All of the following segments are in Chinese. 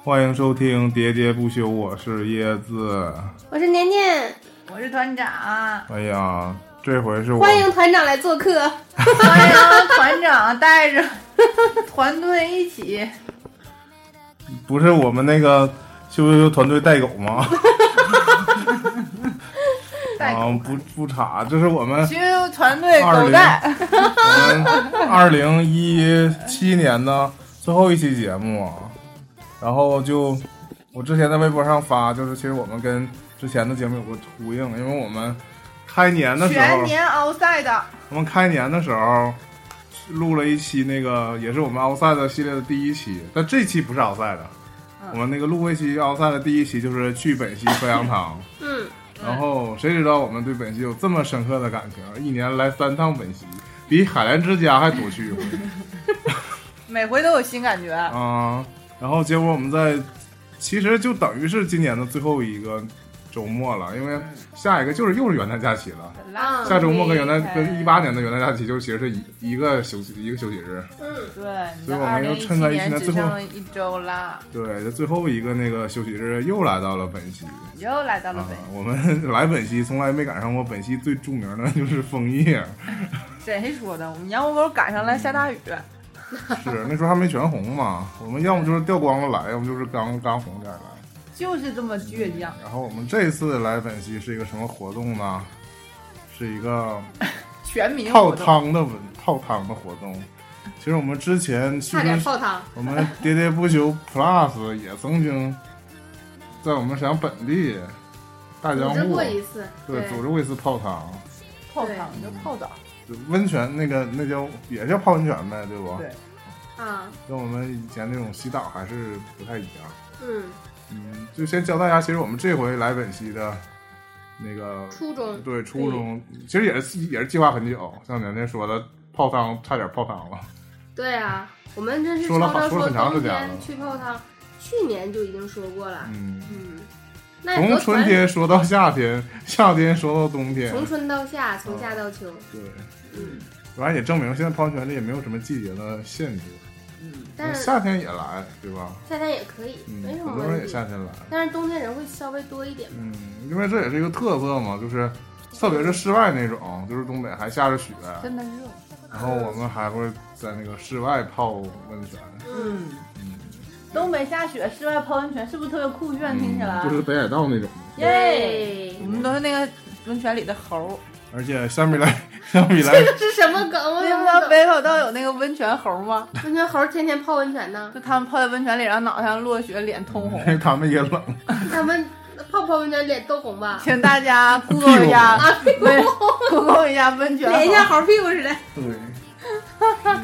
欢迎收听喋喋不休，我是椰子， 我是年年， 我是团长。 哎呀，这回是我欢迎团长来做客， 欢迎团长带着团队一起。 不是我们那个羞团队带狗吗？不差，这是我们羞团队狗带。 我们2017年的最后一期节目，然后我之前在微博上发，就是其实我们跟之前的节目有个呼应，因为我们开年的时候， 全年奥赛的， 我们开年的时候录了一期那个也是我们奥赛的系列的第一期，但这期不是奥赛的，我们那个录过一期奥赛的第一期就是去本溪喝羊汤。然后谁知道我们对本溪有这么深刻的感情，一年来3趟本溪，比海澜之家还多去一回。 每回都有新感觉啊。然后结果我们其实就等于是今年的最后一个周末了，因为下一个又是元旦假期了。下周末跟18年的元旦假期就其实是一个休息日。 对， 所以我们又趁在1年最后一周啦。 对，这最后一个那个休息日又来到了本溪。 我们来本溪从来没赶上过本溪最著名的就是枫叶。 谁说的？我们杨屋沟赶上来下大雨。 是那时候还没全红嘛，我们要么就是掉光了来，要么就是刚红点来， 就是这么倔强。 然后我们这次来本溪是一个什么活动呢？是一个全民泡汤的活动。其实我们之前差点泡汤， 我们喋喋不休 Plus 也曾经在我们沈阳本地大江户组织过一次， 对，组织过一次泡汤就泡澡。 温泉那叫也叫泡温泉呗，对不？ 对， 跟我们以前那种洗澡还是不太一样。就先教大家，其实我们这回来本溪的那个初中，其实也是计划很久，像年年说的，泡汤差点泡汤了。 对啊，我们真是说了很长时间了， 去泡汤，去年就已经说过了。 从春天说到夏天，夏天说到冬天， 从春到夏，从夏到秋。 对，反正也证明现在泡温泉里也没有什么季节的限制。 但是夏天也来，对吧？ 夏天也可以，没什么问题。 很多人也夏天来， 但是冬天人会稍微多一点。 因为这也是一个特色嘛，就是特别是室外那种，就是东北还下着雪， 真的热。 然后我们还会在那个室外泡温泉。 东北下雪，室外泡温泉，是不是特别酷炫？听起来就是北海道那种。 耶！我们都是那个温泉里的猴。 而且相比来，这是什么梗？ 你知道北海道有那个温泉猴吗？ 温泉猴天天泡温泉呢？ 就他们泡在温泉里，然后脑袋上落雪，脸通红。 他们也冷。 他们泡温泉脸都红吧？ 请大家 Google 一下，Google 一下温泉， 脸像猴屁股似的。 对。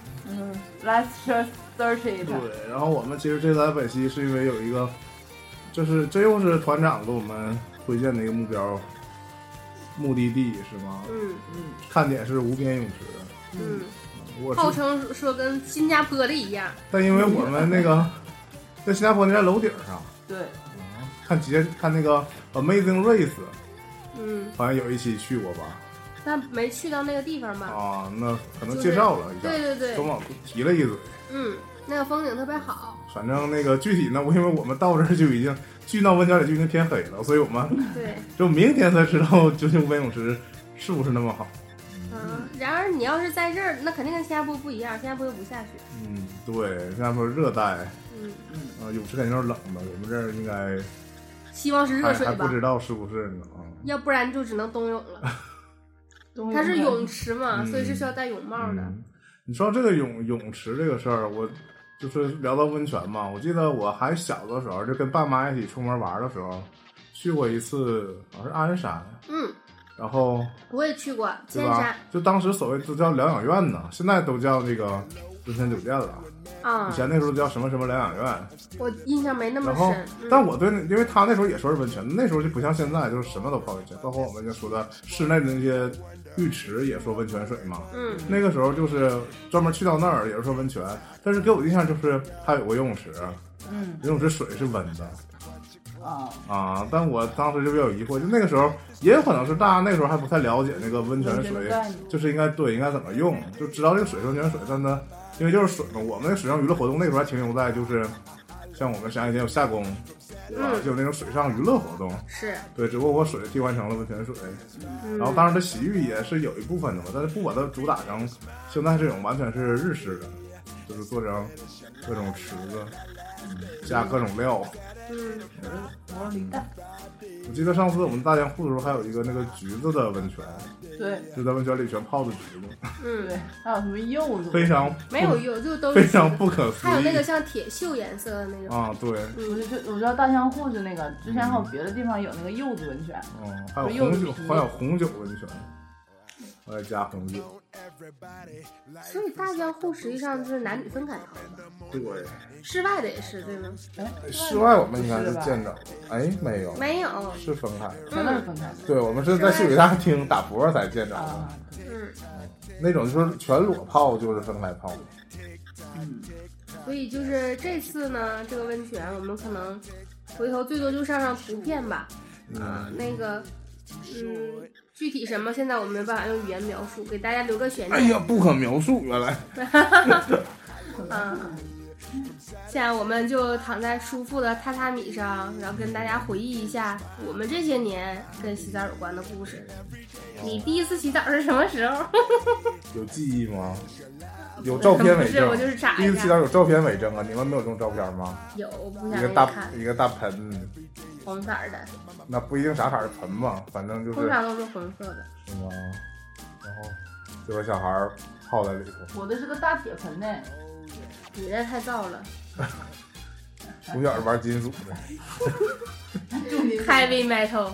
Let's just search it。 对，然后我们其实这次来本溪是因为有一个，这又是团长给我们推荐的一个目的地是吗？看点是无边泳池。 号称说跟新加坡的一样。 但因为我们那个在新加坡那在楼顶上。 对。 看那个 Amazing Race。好像有一期去过吧。 但没去到那个地方吧？ 那可能介绍了一下。 对。 刚好提了一嘴。 那个风景特别好。 反正那个具体呢，因为我们到这儿就已经进到温泉里就已经天黑了，所以我们就明天才知道究竟无边泳池是不是那么好。 然而你要是在这儿，那肯定跟新加坡不一样，新加坡又不下雪。 对，新加坡热带。泳池肯定是冷的，我们这儿应该希望是热水吧？ 还不知道是不是呢？ 要不然就只能冬泳了。它是泳池嘛，所以是需要戴泳帽的。 你说这个泳池这个事儿，我就是聊到温泉嘛。我记得我还小的时候，就跟爸妈一起出门玩的时候，去过一次，好像是鞍山。然后我也去过千山， 就当时所谓都叫疗养院呢，现在都叫这个温泉酒店了。以前那时候叫什么什么疗养院， 我印象没那么深。 但我对，因为他那时候也说是温泉，那时候就不像现在，就是什么都泡温泉，包括我们就说的室内的那些浴池也说温泉水嘛。那个时候就是专门去到那儿也是说温泉，但是给我印象就是它有个游泳池，游泳池水是温的。但我当时就比较疑惑，就那个时候也有可能是大家那个时候还不太了解那个温泉水，就是应该怎么用，就知道这个水是温泉水，但呢，因为就是水嘛，我们的水上娱乐活动那时候还停留在就是像我们前两天有夏宫，对吧？就有那种水上娱乐活动， 是对，只不过我水替换成了温泉水，然后当然它洗浴也是有一部分的嘛，但是不把它主打成现在这种完全是日式的，就是做成各种池子，加各种料。我记得上次我们大江户的时候还有一个那个橘子的温泉， 对， 就在温泉里全泡的橘子， 对，还有什么柚子， 非常没有柚，就都是非常不可思议。 还有那个像铁锈颜色的那种啊，对， 我知道大江户是那个，之前还有别的地方有那个柚子温泉， 还有红酒，还有红酒温泉，我再加红酒。 所以大江户实际上是男女分开泡的， 对， 室外的也是对吗？ 室外我们应该是见着，哎，没有， 没有， 是分开， 全都是分开的。 对，我们是在西北大厅打波才见着的，那种就是全裸泡就是分开泡的。 所以就是这次呢，这个温泉我们可能回头最多就上图片吧，那个。具体什么现在我们没办法用语言描述，给大家留个悬念。 哎呀，不可描述，原来。 现在我们就躺在舒服的榻榻米上，然后跟大家回忆一下我们这些年跟洗澡有关的故事。你第一次洗澡是什么时候？ 有记忆吗？有照片为证。 我就是查一下。 第一次洗澡有照片为证啊！你们没有这种照片吗？ 有，我不想一个大盆， 红色的。 那不一定啥色的盆吧，反正就是。 通常都是红色的。 是吗？然后就把小孩泡在里头。 我的是个大铁盆呢。 你这太燥了。 从小玩金属的。 Heavy metal。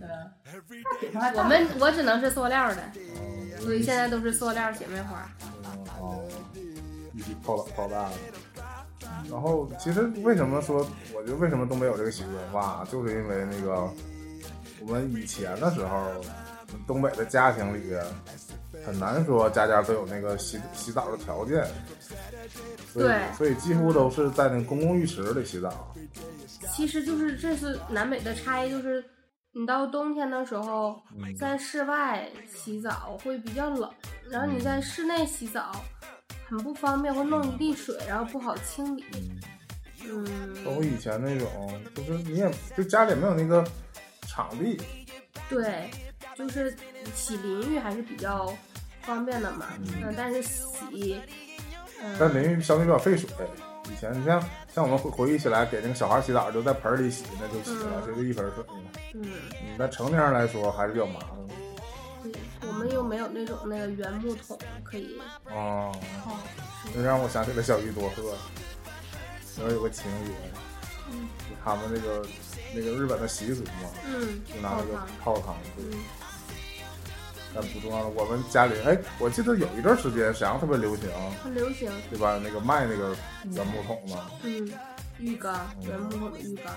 我只能是塑料的，所以现在都是塑料姐妹花。 一起泡大的。然后其实为什么说，我觉得为什么东北有这个洗浴文化，就是因为那个我们以前的时候，东北的家庭里很难说家家都有那个洗澡的条件，所以几乎都是在那个公共浴池里洗澡。 其实就是这是南北的差异，就是你到冬天的时候，在室外洗澡会比较冷，然后你在室内洗澡很不方便，会弄一地水，然后不好清理。 包括以前那种，就是你也就家里没有那个场地。对， 就是洗淋浴还是比较方便的嘛。但是洗， 但淋浴相对比较费水。以前你像我们回忆起来，给那个小孩洗澡就在盆里洗，那就洗了，就一盆水嘛。但成年人来说还是比较麻烦。 我们又没有那种那个原木桶可以。 这让我想起了小鱼多鹤，然后有个情节，他们那个日本的习俗嘛，就拿那个泡汤。但不重要了。我们家里，我记得有一段时间沈阳特别流行， 很流行， 对吧？那个卖那个原木桶嘛， 浴缸，原木桶的浴缸。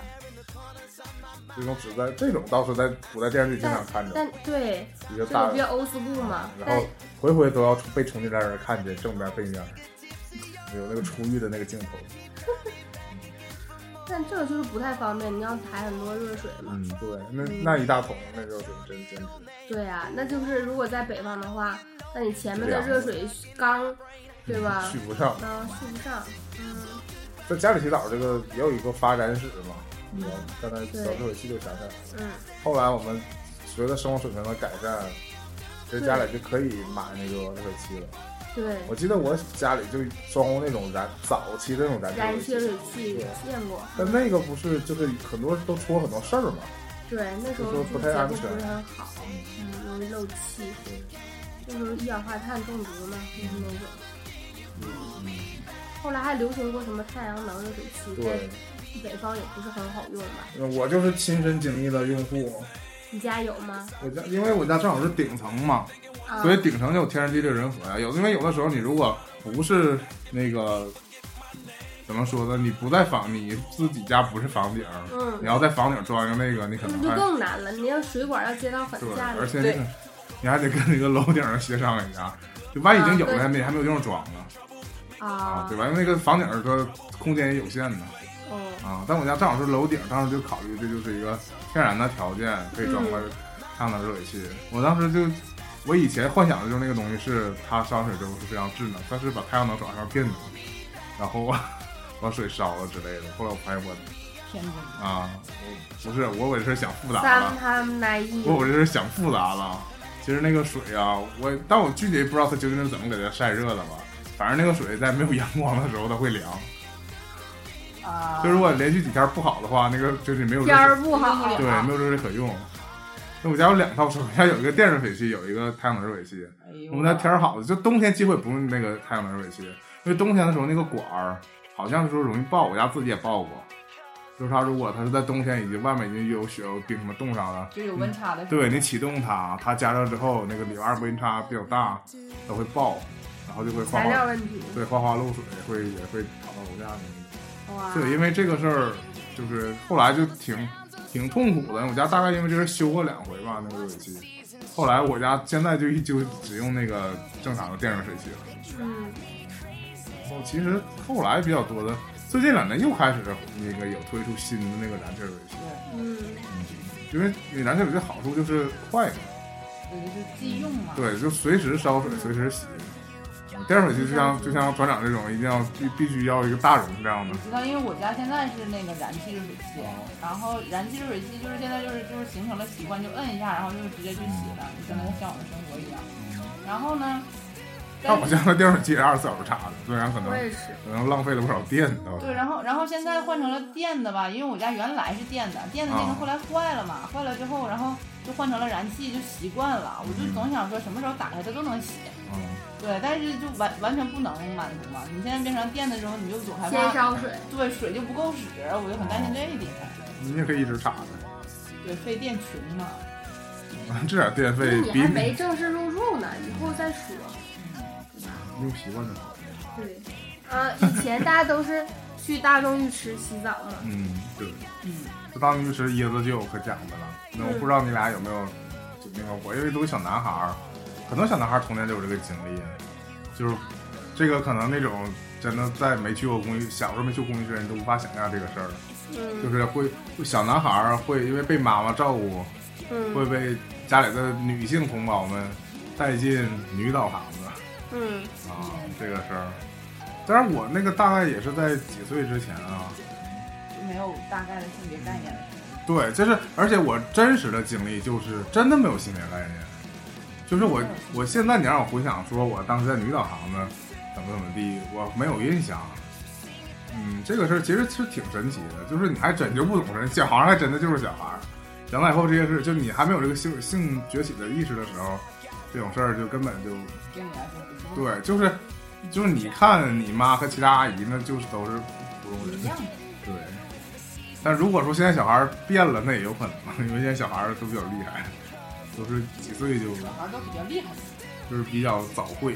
这种倒是在古代电视剧经常看着， 但对， 一个大比较欧斯布嘛， 然后回回都要被重庆人看见正面背面，有那个出浴的那个镜头。 但这个就是不太方便，你要抬很多热水嘛。 对，那一大桶那热水真值。 对啊，那就是如果在北方的话，那你前面的热水缸，对吧？ 续不上。 续不上。 在家里洗澡这个也有一个发展史嘛。刚才小热水器就想起来了。后来我们随着生活水平的改善，其实家里就可以买那个热水器了。 对， 我记得我家里就装过那种早期的那种燃气热水器，见过。 但那个不是就是很多都出很多事儿嘛。 对，那时候不太安全， 不是很好，容易漏气，那时候一氧化碳中毒嘛，就是那种。后来还流行过什么太阳能热水器， 对， 北方也不是很好用吧。 我就是亲身经历的用户。 你家有吗？ 因为我家正好是顶层嘛，所以顶层就有天然气这个人和呀。因为有的时候你如果不是那个怎么说呢，你不在你自己家不是房顶，你要在房顶装一个那个，你可能就更难了。你要水管要接到很下面， 而且你还得跟那个楼顶上协商一下，就万一已经有了，你还没有地方装呢。对吧？因为那个房顶的空间也有限的。但我家正好是楼顶，当时就考虑这就是一个天然的条件，可以装个太阳能热水器。我以前幻想的就是那个东西是它烧水之后是非常智能，它是把太阳能转化成电能，然后把水烧了之类的。后来我发现我天真啊，不是我这是想复杂了，我这是想复杂了。其实那个水啊，但我具体不知道它究竟是怎么给它晒热的吧。反正那个水在没有阳光的时候它会凉。就如果连续几天不好的话，那个就是没有天儿不好， 对，没有热水可用。那我家有2套水，我家有一个电热水器，有一个太阳能热水器。我们家天儿好的，就冬天几乎也不用那个太阳能热水器，因为冬天的时候那个管儿好像是说容易爆，我家自己也爆过。就是它如果它是在冬天外面已经有雪有冰什么冻上了， 就有温差的。 对，你启动它加热之后，那个里边温差比较大，它会爆，然后就会哗哗对哗哗漏水，也会跑到楼下那种。对，因为这个事儿就是后来就挺痛苦的。我家大概因为这事修过2回吧，那个热水器。后来我家现在就只用那个正常的电热水器了。然后其实后来比较多的。最近2年又开始那个有推出新的那个燃气热水器，因为你燃气热水器好处就是快嘛， 对，就是即用嘛， 对，就随时烧水，随时洗。电热水器就像团长这种，一定要必须要一个大容这样的。 你知道，因为我家现在是那个燃气热水器，然后燃气热水器就是现在就是形成了习惯，就摁一下，然后就直接去洗了，就跟像我们生活一样。然后呢？ 但我家的电热水器也24小时插的，虽然可能浪费了不少电。 对，然后现在换成了电的吧，因为我家原来是电的那个后来坏了嘛，坏了之后，然后就换成了燃气，就习惯了。我就总想说什么时候打开它都能洗。对，但是就完全不能满足嘛。你现在变成电的时候，你就总害怕先烧水， 对，水就不够使，我就很担心这一点。 你也可以一直插的。 对，费电群嘛。 这点电费你还没正式入住呢，以后再说。 用习惯就好。 对，以前大家都是去大众浴池洗澡嘛。 对。这大众浴池椰子就有可讲的了。那我不知道你俩有没有那个我因为都是小男孩，很多小男孩童年都有这个经历，就是这个可能那种真的在没去过公寓，小时候没去过公寓的人都无法想象这个事儿。就是小男孩会因为被妈妈照顾，会被家里的女性同胞们带进女澡堂子。这个事儿，当然我那个大概也是在几岁之前啊， 就没有大概的性别概念的时候。 对，就是而且我真实的经历就是真的没有性别概念，就是我现在你让我回想说我当时在女澡堂子怎么地，我没有印象。这个事儿其实是挺神奇的，就是你还真就不懂事，小孩还真的就是小孩，长大以后这些事，就你还没有这个性崛起的意识的时候，这种事儿就根本就对你来说对，就是你看你妈和其他阿姨那就是都是普通人，对。但如果说现在小孩变了，那也有可能，因为现在小孩都比较厉害，都是几岁就小孩都比较厉害， 就是比较早会。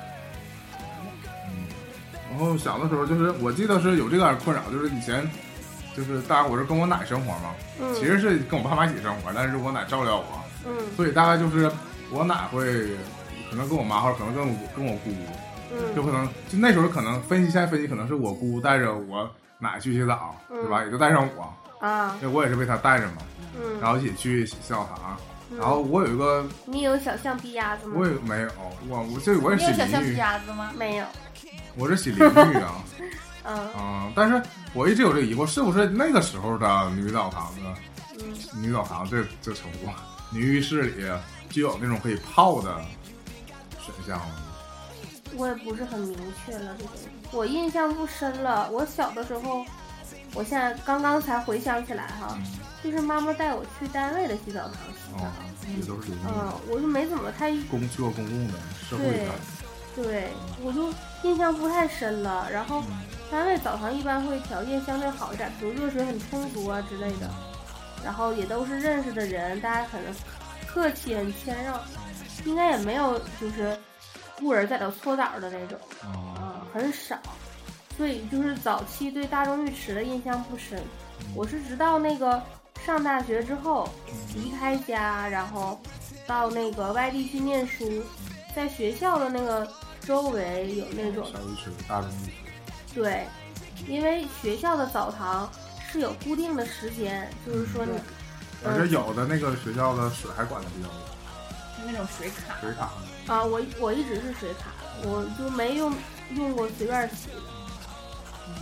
然后小的时候就是我记得是有这个困扰，就是以前就是大概我是跟我奶生活嘛，其实是跟我爸妈一起生活，但是我奶照料我，所以大概就是我奶会可能跟我妈或者可能跟我姑，就可能就那时候可能现在分析可能是我姑带着我奶去洗澡，对吧？也就带上我啊，因为我也是被她带着嘛，然后一起去洗澡堂。然后我有一个， 你有小象皮鸭子吗？ 我也没有，我是洗淋浴。 你有小象皮鸭子吗？ 没有， 我是洗淋浴啊。但是我一直有这个疑惑，是不是那个时候的女澡堂子，女澡堂这称呼，女浴室里就有那种可以泡的选项吗？ 我也不是很明确了，这个我印象不深了。我小的时候，我现在刚刚才回想起来哈。就是妈妈带我去单位的洗澡堂洗澡， 也都是我就没怎么太去过公共的社会的， 对，我就印象不太深了。然后单位澡堂一般会条件相对好一点，比如热水很充足啊之类的，然后也都是认识的人，大家很客气很谦让，应该也没有就是误人在这搓澡的那种，很少。所以就是早期对大众浴池的印象不深，我是直到那个上大学之后离开家，然后到那个外地去念书，在学校的那个周围有那种小浴池、大众浴池。 对，因为学校的澡堂是有固定的时间，就是说你， 而且有的那个学校的水还管得比较严， 是那种水卡。 水卡啊，我一直是水卡，我就没用过随便洗的。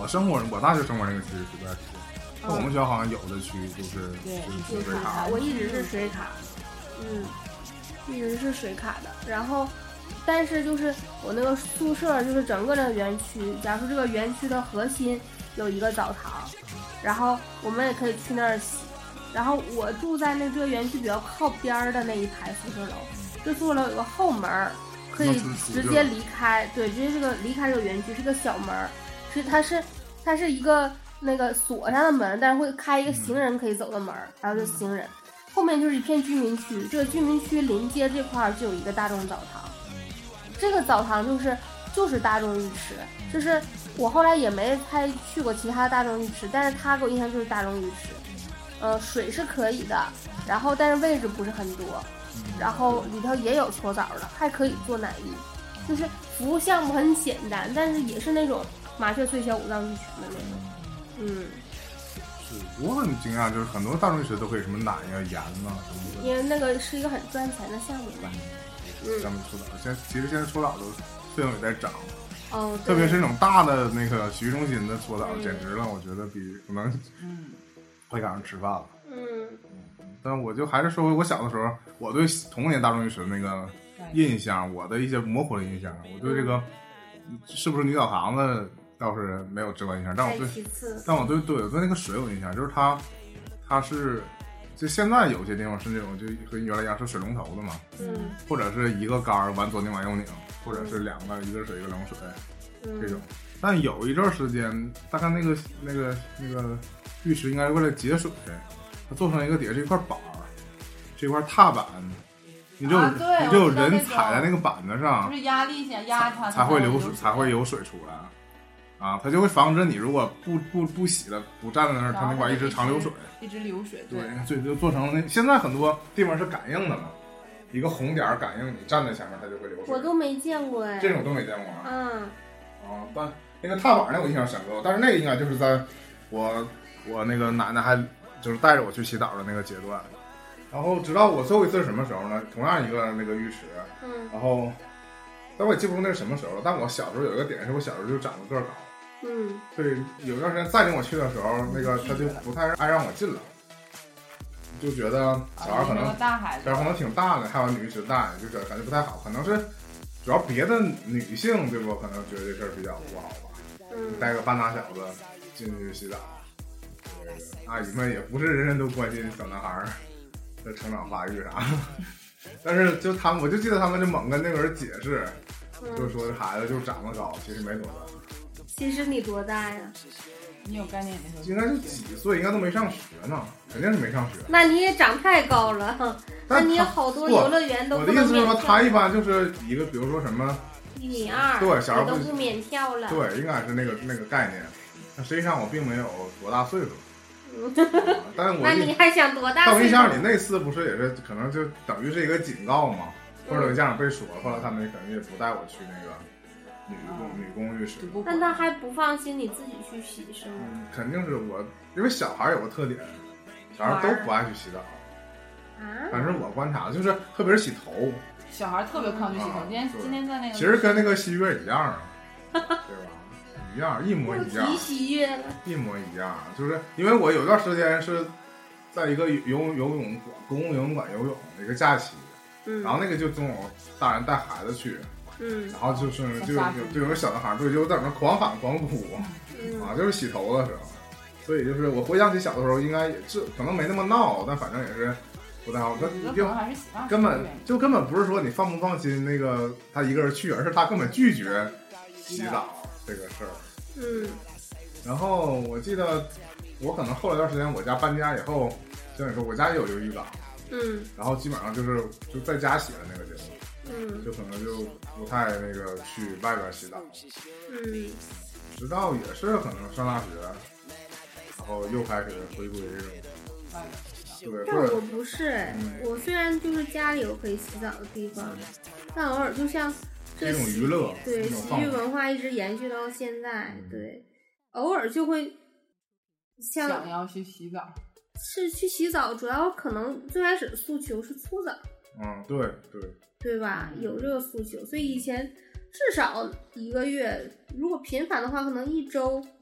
我大学生活那个区是不太多，我们学校好像有的区就是水卡， 我一直是水卡，一直是水卡的。然后，但是就是我那个宿舍，就是整个的园区，假如说这个园区的核心有一个澡堂，然后我们也可以去那儿洗。然后我住在这个园区比较靠边的那一排宿舍楼，这宿舍楼有个后门，可以直接离开，对，直接离开这个园区是个小门，它是一个那个锁上的门，但是会开一个行人可以走的门，然后就行人。后面就是一片居民区，这个居民区临街这块就有一个大众澡堂，这个澡堂就是大众浴池，就是我后来也没太去过其他大众浴池，但是他给我印象就是大众浴池。水是可以的，然后但是位置不是很多，然后里头也有搓澡的，还可以做奶浴，就是服务项目很简单，但是也是那种麻雀虽小五脏俱全的那种。 是我很惊讶，就是很多大众浴池都可以什么奶呀、盐啊什么的， 因为那个是一个很赚钱的项目吧。 咱们搓澡，其实现在搓澡的费用也在涨。 特别是那种大的那个洗浴中心的搓澡，简直了，我觉得比可能会赶上吃饭了。但我就还是说回我小的时候，我对童年大众浴池的那个印象，我的一些模糊的印象，我对这个是不是女澡堂子倒是没有直观印象，但我对那个水有印象，就是它是就现在有些地方是那种就和原来一样是水龙头的嘛，或者是一个杆往左拧往右拧，或者是两个一个水一个冷水这种。但有一阵时间，大概那个浴池应该是为了节水，它做成一个底下是一块板，是一块踏板，你就有人踩在那个板子上， 就是压力下压它才会流水，才会有水出来。它就会防止你如果不洗了，不站在那儿，它那块一直长流水， 一直流水。 对，所以就做成了现在很多地方是感应的嘛，一个红点感应你站在前面，它就会流水。 我都没见过哎， 这种都没见过啊。但那个踏板那我印象深刻，但是那个应该就是在我那个奶奶还就是带着我去洗澡的那个阶段，然后直到我最后一次是什么时候呢？同样一个那个浴池，然后但我也记不住那是什么时候了。但我小时候有一个点是我小时候就长得个儿高，所以有一段时间再领我去的时候，那个他就不太爱让我进了，就觉得小孩可能挺大的，还有女浴池大，就感觉不太好，可能是主要别的女性对不？可能觉得这事儿比较不好吧。带个半大小子进去洗澡，阿姨们也不是人人都关心小男孩的成长发育啥，但是就我就记得他们就猛跟那个人解释，就说这孩子就长得高，其实没多大。 其实你多大呀？ 你有概念没？ 应该就几岁，应该都没上学呢，肯定是没上学。 那你也长太高了，那你有好多游乐园都不能免票。 我的意思是说，他一般就是一个，比如说什么 1.2米， 对，小孩都不免票了。 对，应该是那个概念。但实际上我并没有多大岁数，但是那你还想多大岁数？ 但我印象里那次不是也是可能就等于是一个警告嘛，或者有家长被说，后来他们可能也不带我去那个女公浴室。 但他还不放心你自己去洗是吗？ 肯定是我，因为小孩有个特点，小孩都不爱去洗澡。反正我观察就是，特别是洗头， 小孩特别抗拒洗头。今天在那个， 其实跟那个吸月一样对吧？一样，一模一样。 提吸月了， 一模一样。就是因为我有段时间是在一个游泳馆、公共游泳馆游泳的一个假期，然后那个就总有大人带孩子去，然后就是就有个小男孩，对，就在那狂喊狂哭，就是洗头的时候。所以就是我回想起小的时候，应该也是可能没那么闹，但反正也是不太好。根本不是说你放不放心那个他一个人去，而是他根本拒绝洗澡这个事儿。然后我记得我可能后来一段时间我家搬家以后，像你说我家也有这个浴缸，然后基本上就在家洗的那个阶段，就可能就不太那个去外边洗澡，直到也是可能上大学，然后又开始回归这种。对， 但我不是我虽然就是家里有可以洗澡的地方，但偶尔就像这种娱乐， 对，洗浴文化一直延续到现在，对，偶尔就会想要去洗澡， 是去洗澡，主要可能最开始的诉求是搓澡， 对吧？有这个诉求，所以以前至少1个月，如果频繁的话，可能1周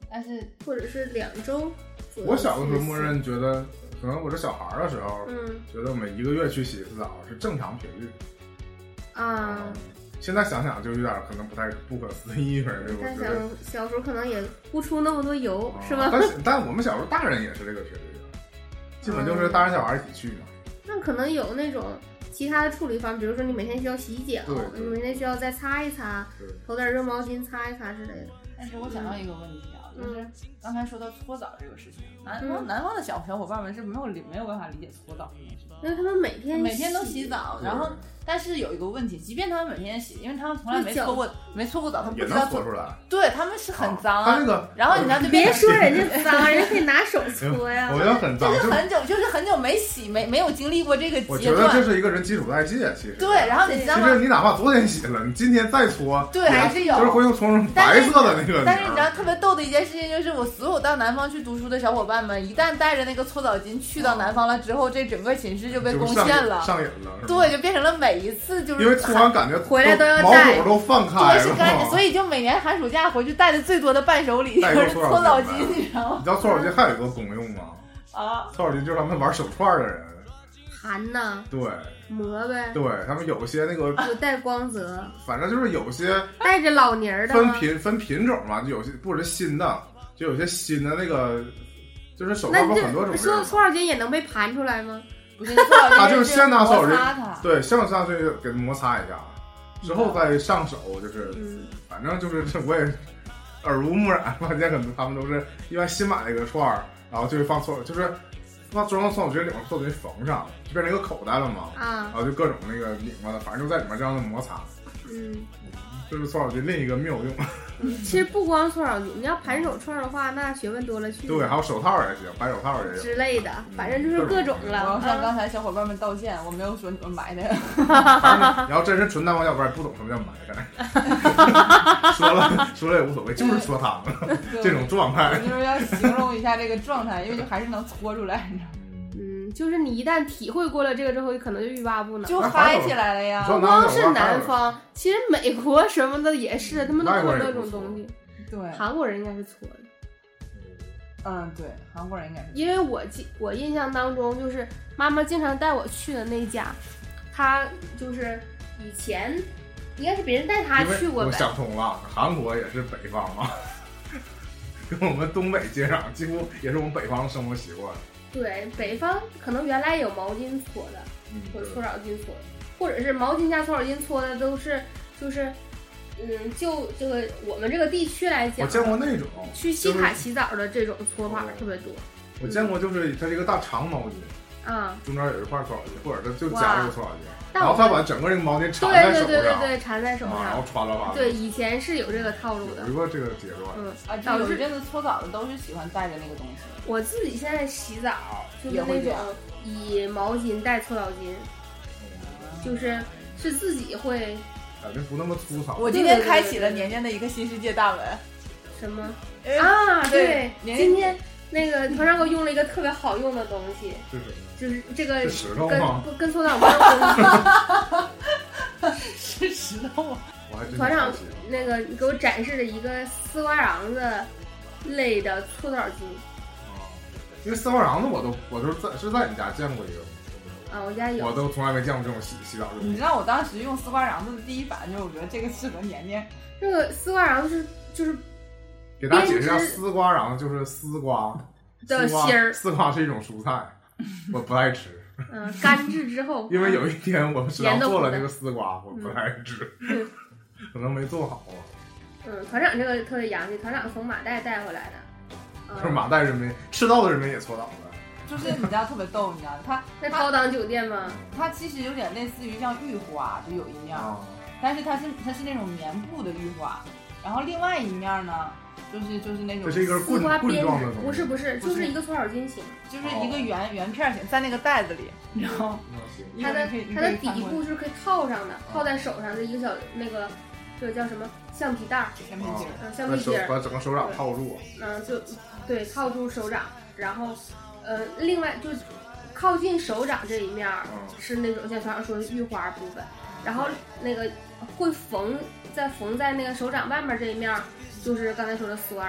但是或者是2周。 我小的时候默认觉得，可能我这小孩的时候，觉得每1个月去洗一次澡是正常频率。 啊。 现在想想就有点可能不可思议，反正但小时候可能也不出那么多油，是吧？ 但我们小时候大人也是这个频率的，基本就是大人小孩一起去嘛。 那可能有那种其他的处理方，比如说你每天需要洗脚，你每天需要再擦一擦，投点热毛巾擦一擦之类的。 但是我想到一个问题啊，就是刚才说到搓澡这个事情，南方的小伙伴们是没有办法理解搓澡这件事情， 因为他们每天都洗澡，然后但是有一个问题，即便他们每天洗，因为他们从来没搓过澡，他们不知道搓出来。 对，他们是很脏啊。 然后你看， 别说人家脏，人家可以拿手搓呀。 我觉得很脏， 就是很久没洗，没有经历过这个阶段。 我觉得这是一个人基础代谢，其实。 对，然后你知道吗？ 其实你哪怕昨天洗了，你今天再搓， 对，还是有， 就是会用搓成白色的那个。 但是你知道特别逗的一件事情，就是我所有到南方去读书的小伙伴们，一旦带着那个搓澡巾去到南方了之后，这整个寝室就被攻陷了， 上瘾了。 对，就变成了每一次就是。 因为搓完感觉回来都要毛孔都放开了， 对，是干净，所以就每年寒暑假回去带的最多的伴手礼就是搓澡巾，你知道吗？ 你知道搓澡巾还有一个功用吗？搓澡巾就是他们玩手串的人， 含呐， 对， 磨呗， 对他们有些那个就带光泽， 反正就是有些带着老泥儿的， 分品种嘛，就有些不是新的，就有些新的那个，就是手串有很多种。 说搓澡巾也能被盘出来吗？ 不是， 他就是先拿搓澡巾， 对，先上去给摩擦一下，之后再上手，就是反正就是我也耳濡目染，发现可能他们都是一般新买了一个串儿，然后就是放搓，就是放装到搓澡巾里面，搓澡巾缝上，就变成一个口袋了嘛，然后就各种那个拧巴的，反正就在里面这样的摩擦，就是搓澡巾另一个妙用。 其实不光搓澡巾，你要盘手串的话，那学问多了去了。 对，还有手套也行，盘手套也行之类的，反正就是各种了。 我要向刚才小伙伴们道歉，我没有说你们埋汰。 你要真是纯南方小伙伴，不懂什么叫埋汰。说了也无所谓，就是搓汤这种状态。 就是要形容一下这个状态，因为就还是能搓出来，你知道吗？ 就是你一旦体会过了这个之后，可能就欲罢不能， 就嗨起来了呀。 不光是南方，其实美国什么的也是，他们都搓各种东西。 对， 韩国人应该是搓的。 对，韩国人应该是。 因为我印象当中，就是妈妈经常带我去的那家，他就是以前应该是别人带他去过呗。 我想通了，韩国也是北方嘛，跟我们东北接壤，几乎也是我们北方的生活习惯。 对，北方可能原来有毛巾搓的，或者搓澡巾搓的，或者是毛巾加搓澡巾搓的都是就这个我们这个地区来讲， 我见过那种去西卡洗澡的这种搓法特别多。 我见过，就是它是一个大长毛巾，中间有一块搓澡巾，或者它就夹一个搓澡巾，然后他把整个这个毛巾缠在手上， 对，缠在手上， 然后穿了吧。 对，以前是有这个套路的， 有一个这个阶段。 有一阵子搓澡的都是喜欢带着那个东西。 我自己现在洗澡就是那种以毛巾带搓澡巾，就是自己会感觉不那么粗糙。 我今天开启了年年的一个新世界大门。 什么啊？对，今天那个团长给我用了一个特别好用的东西，就是这个跟搓澡没有关系。是石头吗？ 团长那个给我展示了一个丝瓜瓤子类的搓澡巾。 因为丝瓜瓤子我都是在你家见过一个。 我家有。 我都从来没见过这种洗澡用。 你知道我当时用丝瓜瓤子的第一反应就是，我觉得这个适合年年。 这个丝瓜瓤子就是给大家解释一下，丝瓜瓤就是丝瓜的芯儿。 丝瓜是一种蔬菜，我不爱吃。 干制之后。 因为有一天我食堂做了这个丝瓜，我不爱吃，可能没做好啊。 团长这个特别洋气，团长从马代带回来的。 就是马代人民赤道的人民也搓澡的， 就是你知道特别逗，你知道他在高档酒店吗？ 它其实有点类似于像浴花，就有一面，但是它是那种棉布的浴花，然后另外一面呢，就是那种这是一根棍状的东西，不是，就是一个搓澡巾型， 就是一个圆片型，在那个袋子里，然后它的底部是可以套上的，套在手上的一个小那个。这个叫什么橡皮带？橡皮筋， 把整个手掌套住。 就对，套住手掌，然后另外就靠近手掌这一面是那种像团长说的浴花部分，然后那个会缝在那个手掌外面这一面，就是刚才说的丝瓜瓤。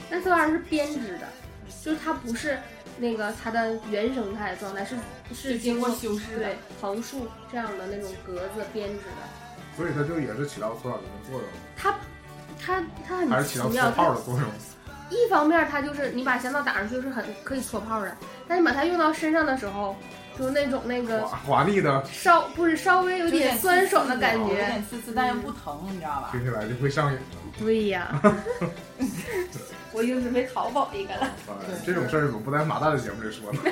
那这玩意儿是编织的，就是它不是那个它的原生态的状态，是经过修饰的， 对，横竖这样的那种格子编织的。 所以它就也是起到搓澡的作用。 它很还是起到搓泡的作用。 一方面它就是你把香皂打上去就是很可以搓泡的，但你把它用到身上的时候，就是那种那个滑腻的， 稍微有点酸爽的感觉，有点刺刺，但又不疼，你知道吧？ 听起来就会上瘾。 对呀，我就准备淘宝一个了。 这种事儿怎么不在马大的节目里说呢？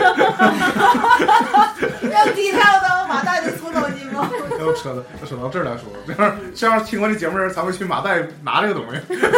要低调的马大的搓澡巾吗？ 要扯到这儿来说，这样听过这节目的人才会去马大拿这个东西。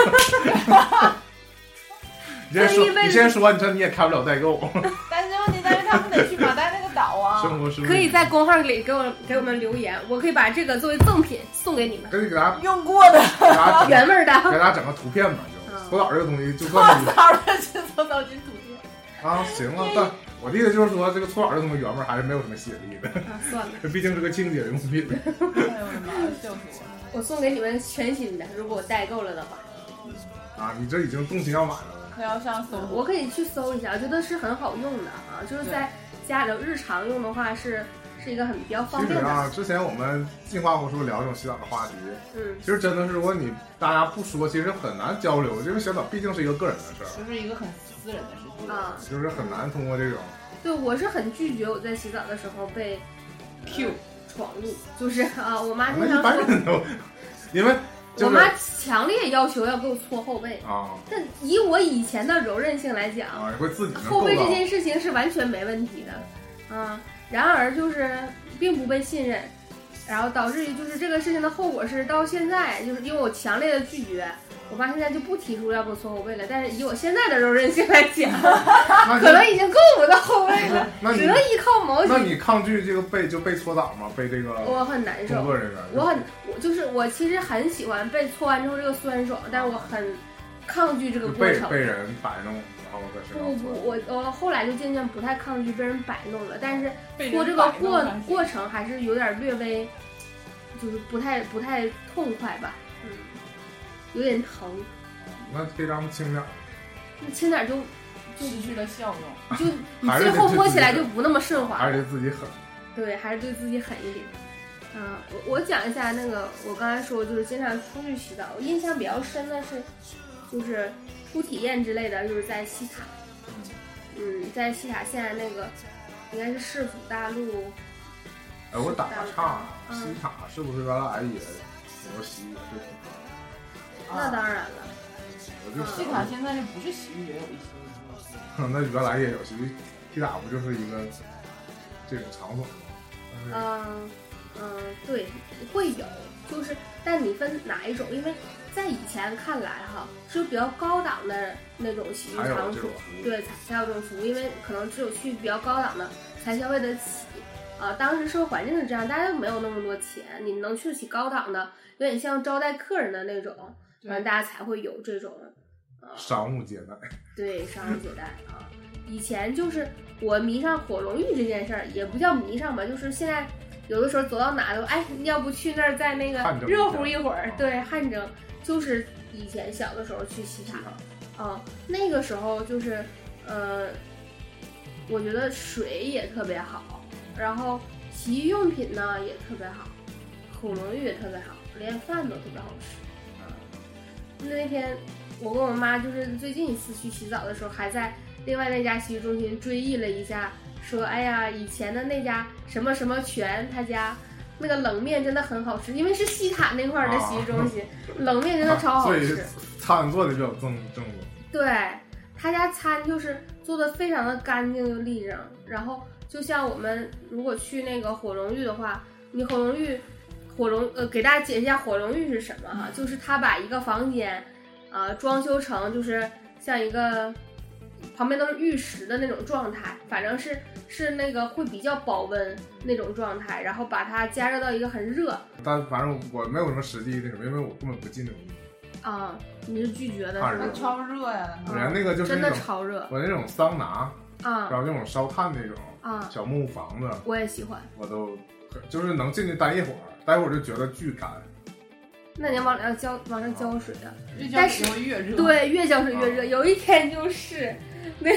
你先说，你说你也开不了代购。 但是问题在于他们得去马大那个岛啊。 生活是可以在公号里给我们留言，我可以把这个作为赠品送给你们。 给大家用过的原味的， 给大家整个图片吧，就搓澡这个东西就算是搓澡的是搓澡巾图片啊，行了，但我的意思就是说，这个搓澡这东西原味还是没有什么吸引力的。 算了， 这毕竟是个清洁用品。 哎呦我的妈呀，笑死我了！ 我送给你们全新的，如果我代购了的话。 啊，你这已经动心要买了。 他要上搜， 我可以去搜一下，我觉得是很好用的啊，就是在家里日常用的话是一个比较方便的。 其实啊，之前我们进化胡说聊这种洗澡的话题，其实真的是如果大家不说，其实很难交流，因为洗澡毕竟是一个个人的事儿， 就是一个很私人的事情啊， 就是很难通过这种。 对，我是很拒绝我在洗澡的时候被 Q 闯入，就是啊，我妈经常说，因为。 我妈强烈要求要给我搓后背啊， 但以我以前的柔韧性来讲， 会自己后背这件事情是完全没问题的，啊，然而就是并不被信任，然后导致于就是这个事情的后果是到现在就是因为我强烈的拒绝，我妈现在就不提出要给我搓后背了，但是以我现在的柔韧性来讲，可能已经够不到后背了，只能依靠毛巾。 那你抗拒这个被搓澡吗？被这个我很难受， 工作人员我其实很喜欢被搓完之后这个酸爽，但是我很抗拒这个过程。 被人摆弄，然后在身上不，我后来就渐渐不太抗拒被人摆弄了，但是搓这个过程还是有点略微，就是不太痛快吧，有点疼。 那可以让他们轻点， 轻点就失去了效用， 就你最后摸起来就不那么顺滑， 还是对自己狠。 对，还是对自己狠一点。我讲一下那个，我刚才说就是经常出去洗澡，我印象比较深的是，就是初体验之类的，就是在西塔，在西塔现在那个应该是市府大路。 我打个岔，西塔是不是原来也有洗浴？ 那当然了， 西塔现在就不是洗浴也有一些。 那原来也有洗浴，西塔不就是一个这种场所吗？ 对，会有，就是但你分哪一种？因为在以前看来哈，是比较高档的那种洗浴场所，对，才有这种服务，因为可能只有去比较高档的才消费得起。当时社会环境是这样，大家都没有那么多钱，你能去得起高档的，有点像招待客人的那种，大家才会有这种商务接待。 对，商务接待啊。以前就是我迷上火龙浴这件事儿，也不叫迷上吧，就是现在。有的时候走到哪都要不去那儿再那个热乎一会儿，对，汗蒸，就是以前小的时候去西塔，那个时候就是我觉得水也特别好，然后洗浴用品呢也特别好，火龙浴也特别好，连饭都特别好吃。那天我跟我妈就是最近一次去洗澡的时候，还在另外那家洗浴中心追忆了一下。说哎呀，以前的那家什么什么泉，他家那个冷面真的很好吃，因为是西塔那块的洗浴中心，冷面真的超好吃。 所以餐做的比较正宗。 对，他家餐就是做的非常的干净又利整，然后就像我们如果去那个火龙浴的话，你给大家解释一下火龙浴是什么哈，就是他把一个房间装修成就是像一个旁边都是浴室的那种状态，反正是那个会比较保温那种状态，然后把它加热到一个很热。 但反正我没有什么实际那什么，因为我根本不进那种浴。 你是拒绝的是吧？ 超热呀！ 那个就是真的超热。 我那种桑拿然后那种烧炭那种小木屋房子， 我也喜欢。 我都就是能进去待一会儿，待会儿就觉得巨干。 那你要往上浇水啊， 但是越热， 对，越浇水越热。有一天就是那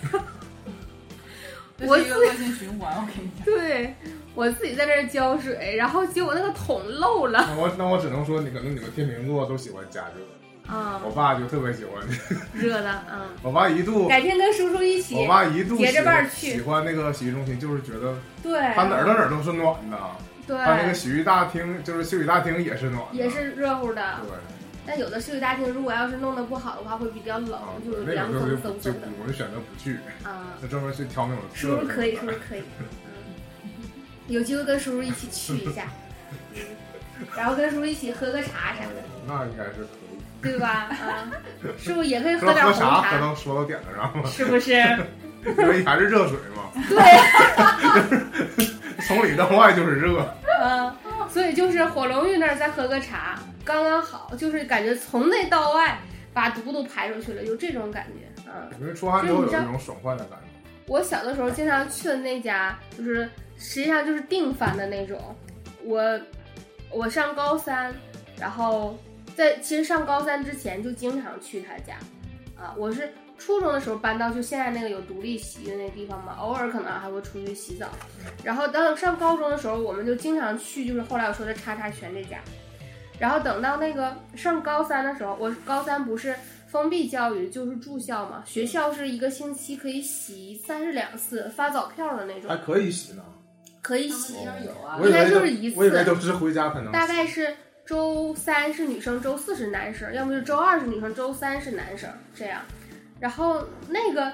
我是一个恶性循环，我跟你讲。 对，我自己在那儿浇水，然后结果那个桶漏了。 那我只能说，可能你们天秤座都喜欢加热。我爸就特别喜欢热的， 我爸一度改天跟叔叔一起， 我爸一度结着伴去喜欢那个洗浴中心，就是觉得对， 他哪儿到哪儿都是暖的。 对， 他那个洗浴大厅就是休息大厅也是暖的， 也是热乎的。 对， 但有的休息大厅如果要是弄得不好的话，会比较冷，就是凉风嗖嗖的。 我就选择不去就专门去挑那种。 叔叔可以，叔叔可以，有机会跟叔叔一起去一下，然后跟叔叔一起喝个茶啥的。 那应该是可以， 对吧？是不是也可以喝点红茶？ 喝到说到点子上吗？ 是不是？ 因为还是热水嘛。 对。 从里到外就是热。 所以就是火龙玉那儿再喝个茶，刚刚好，就是感觉从内到外把毒都排出去了，有这种感觉。 因为出汗之后有一种爽快的感觉。 我小的时候经常去的那家，就是实际上就是定番的那种。我上高三，然后其实上高三之前就经常去他家，我是初中的时候搬到就现在那个有独立洗浴那个地方嘛，偶尔可能还会出去洗澡。然后当上高中的时候，我们就经常去，就是后来我说的叉叉泉这家。然后等到那个上高三的时候，我高三不是封闭教育，就是住校嘛，学校是一个星期可以洗32次，发早票的那种。 还可以洗呢？ 可以洗， 有啊， 应该就是一次。 我以为都是回家才能洗。 大概是周3是女生，周4是男生，要么是周2是女生，周3是男生这样。然后那个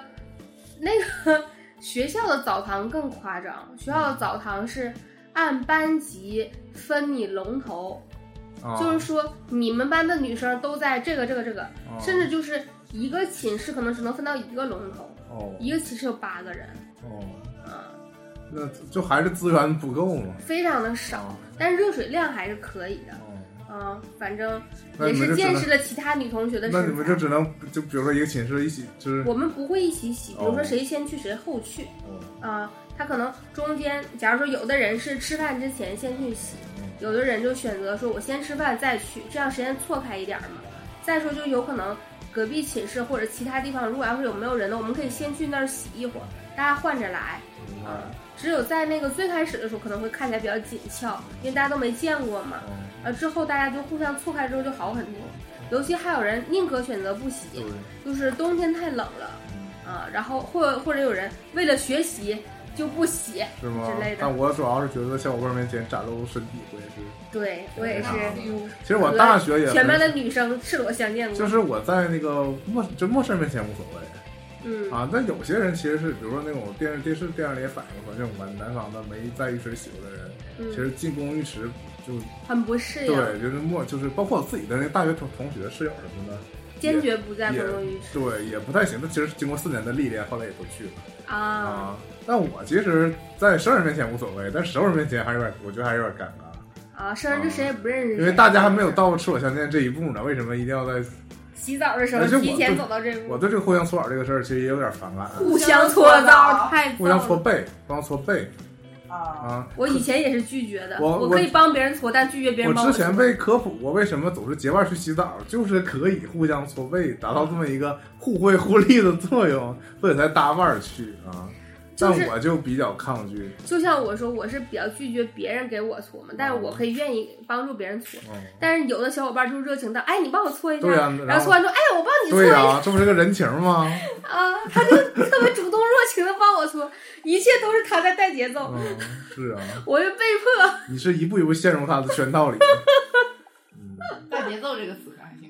学校的澡堂更夸张，学校的澡堂是按班级分你龙头，就是说你们班的女生都在这个，甚至就是一个寝室可能只能分到一个龙头，一个寝室有8个人， 那就还是资源不够嘛， 非常的少，但是热水量还是可以的。反正也是见识了其他女同学的身材。 那你们就只能就比如说一个寝室一起，就是我们不会一起洗，比如说谁先去谁后去。他可能中间，假如说有的人是吃饭之前先去洗，有的人就选择说我先吃饭再去，这样时间错开一点嘛。再说就有可能隔壁寝室或者其他地方，如果要是有没有人的，我们可以先去那儿洗一会儿，大家换着来。只有在那个最开始的时候可能会看起来比较紧俏，因为大家都没见过嘛。之后大家就互相错开之后就好很多。尤其还有人宁可选择不洗，就是冬天太冷了然后或者有人为了学习就不洗是吗之类的。 但我主要是觉得小伙伴面前展露身体，我也是。 对，我也是。 其实我大学也全班的女生赤裸相见过。 就是我在那个陌生人面前无所谓。但有些人其实是，比如说那种电视电影里也反映过，这种南方的没在浴池洗过的人，其实进公共浴池就很不适应。 对，就是包括我自己的那个大学同学室友什么的， 坚决不在公共浴池。 对，也不太行。他其实经过4年的历练，后来也都去了但我其实，在生人面前无所谓，但熟人面前还是我觉得还是有点尴尬生人就谁也不认识， 因为大家还没有到赤裸相见这一步呢。为什么一定要在洗澡的时候提前走到这步？ 我对这个互相搓澡这个事儿其实也有点反感。 互相搓澡太互相搓背，帮搓背我以前也是拒绝的，我可以帮别人搓，但拒绝别人帮我之前被科普过为什么总是结伴去洗澡，就是可以互相搓背，达到这么一个互惠互利的作用，所以才搭伴去但我就比较抗拒。 就像我说，我是比较拒绝别人给我搓嘛，但是我可以愿意帮助别人搓。但是有的小伙伴就热情到，哎，你帮我搓一下，然后搓完之后，哎，我帮你搓一下， 这不是个人情吗？ 他就特别主动热情的帮我搓，一切都是他在带节奏。 是我就被迫。 你是一步一步陷入他的圈套里。 带节奏这个词还行。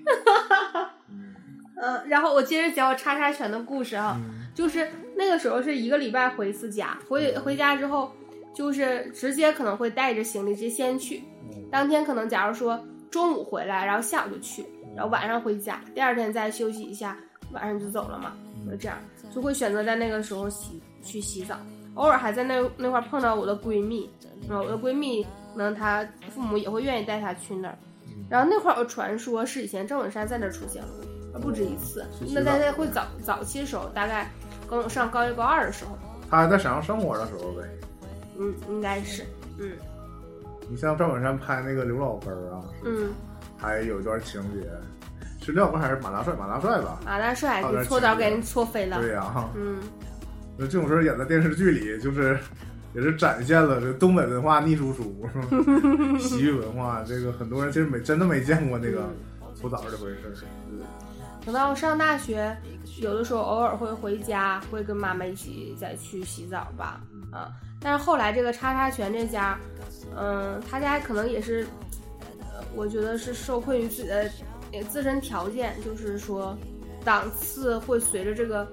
然后我接着讲我叉叉拳的故事就是那个时候是1个礼拜回一次家，回家之后就是直接可能会带着行李直接先去，当天可能假如说中午回来，然后下午就去，然后晚上回家，第2天再休息一下，晚上就走了嘛，就这样，就会选择在那个时候去洗澡，偶尔还在那块碰到我的闺蜜，我的闺蜜可能她父母也会愿意带她去那儿，然后那块有传说是以前郑文山在那儿出现过，不止一次。那在会早期的时候，大概跟我上高1高2的时候， 他还在沈阳生活的时候呗。 应该是。 你像赵本山拍那个刘老根还有一段情节，是廖哥还是马大帅？马大帅吧？ 马大帅给搓澡给人搓飞了。 对呀、那这种事儿演在电视剧里，就是也是展现了这东北文化逆输出，洗浴文化。这个很多人其实真的没见过那个搓澡这回事。 等到上大学，有的时候偶尔会回家，会跟妈妈一起再去洗澡吧，但是后来这个叉叉拳这家，他家可能也是，我觉得是受困于自己的自身条件，就是说档次会随着这个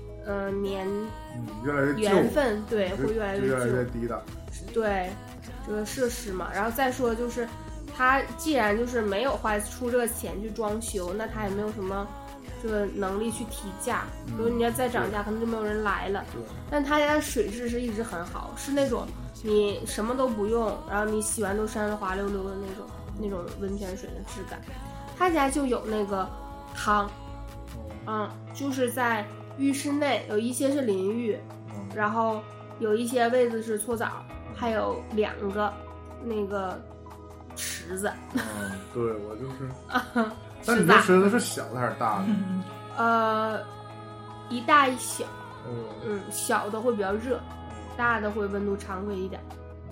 越来越缘分，对，会越来越低的， 对，这个设施嘛，然后再说就是他既然就是没有花出这个钱去装修，那他也没有什么这个能力去提价，如果你要再涨价，可能就没有人来了。但他家的水质是一直很好，是那种你什么都不用，然后你洗完都山滑溜溜的那种温泉水的质感。他家就有那个汤，就是在浴室内有一些是淋浴，然后有一些位置是搓澡，还有2个那个池子。 对，我就是。但你这池子是小的还是大的？一大一小。小的会比较热，大的会温度常规一点。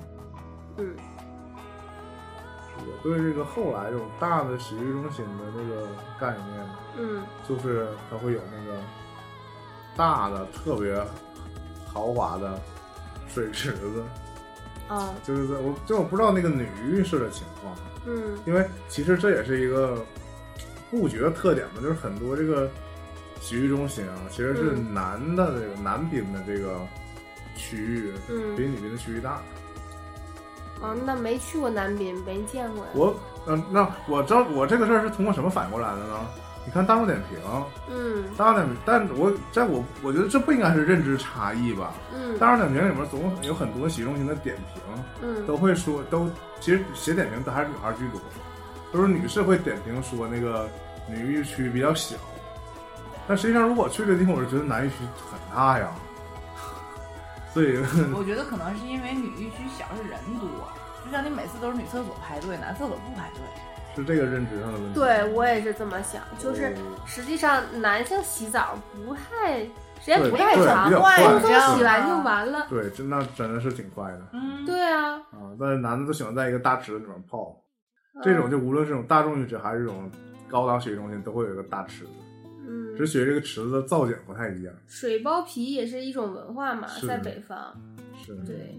我对这个后来这种大的洗浴中心的这个概念，就是它会有那个大的特别豪华的水池子，就是我不知道那个女浴室的情况，因为其实这也是一个布局的特点嘛，就是很多这个洗浴中心啊，其实是男的这个男宾的这个区域，比女宾的区域大。 那没去过男宾，没见过呀。 那我知道我这个事儿是通过什么反应过来的呢？你看大众点评，大众点评，但我觉得这不应该是认知差异吧？大众点评里面总有很多洗浴中心的点评，都会说其实写点评都还是女孩居多，都是女士会点评说那个女浴区比较小，但实际上如果去这个地方，我是觉得男浴区很大呀。所以我觉得可能是因为女浴区小是人多，就像你每次都是女厕所排队，男厕所不排队， 是这个认知上的问题。 对，我也是这么想，就是实际上男性洗澡时间不太长， 匆匆洗完就完了。 对，真的是挺快的。 对啊。 但是男的都喜欢在一个大池子里面泡，这种就无论是这种大众浴池还是这种高档洗浴中心，都会有一个大池子。只是觉得这个池子的造景不太一样。 水包皮也是一种文化嘛，在北方。 是。 对。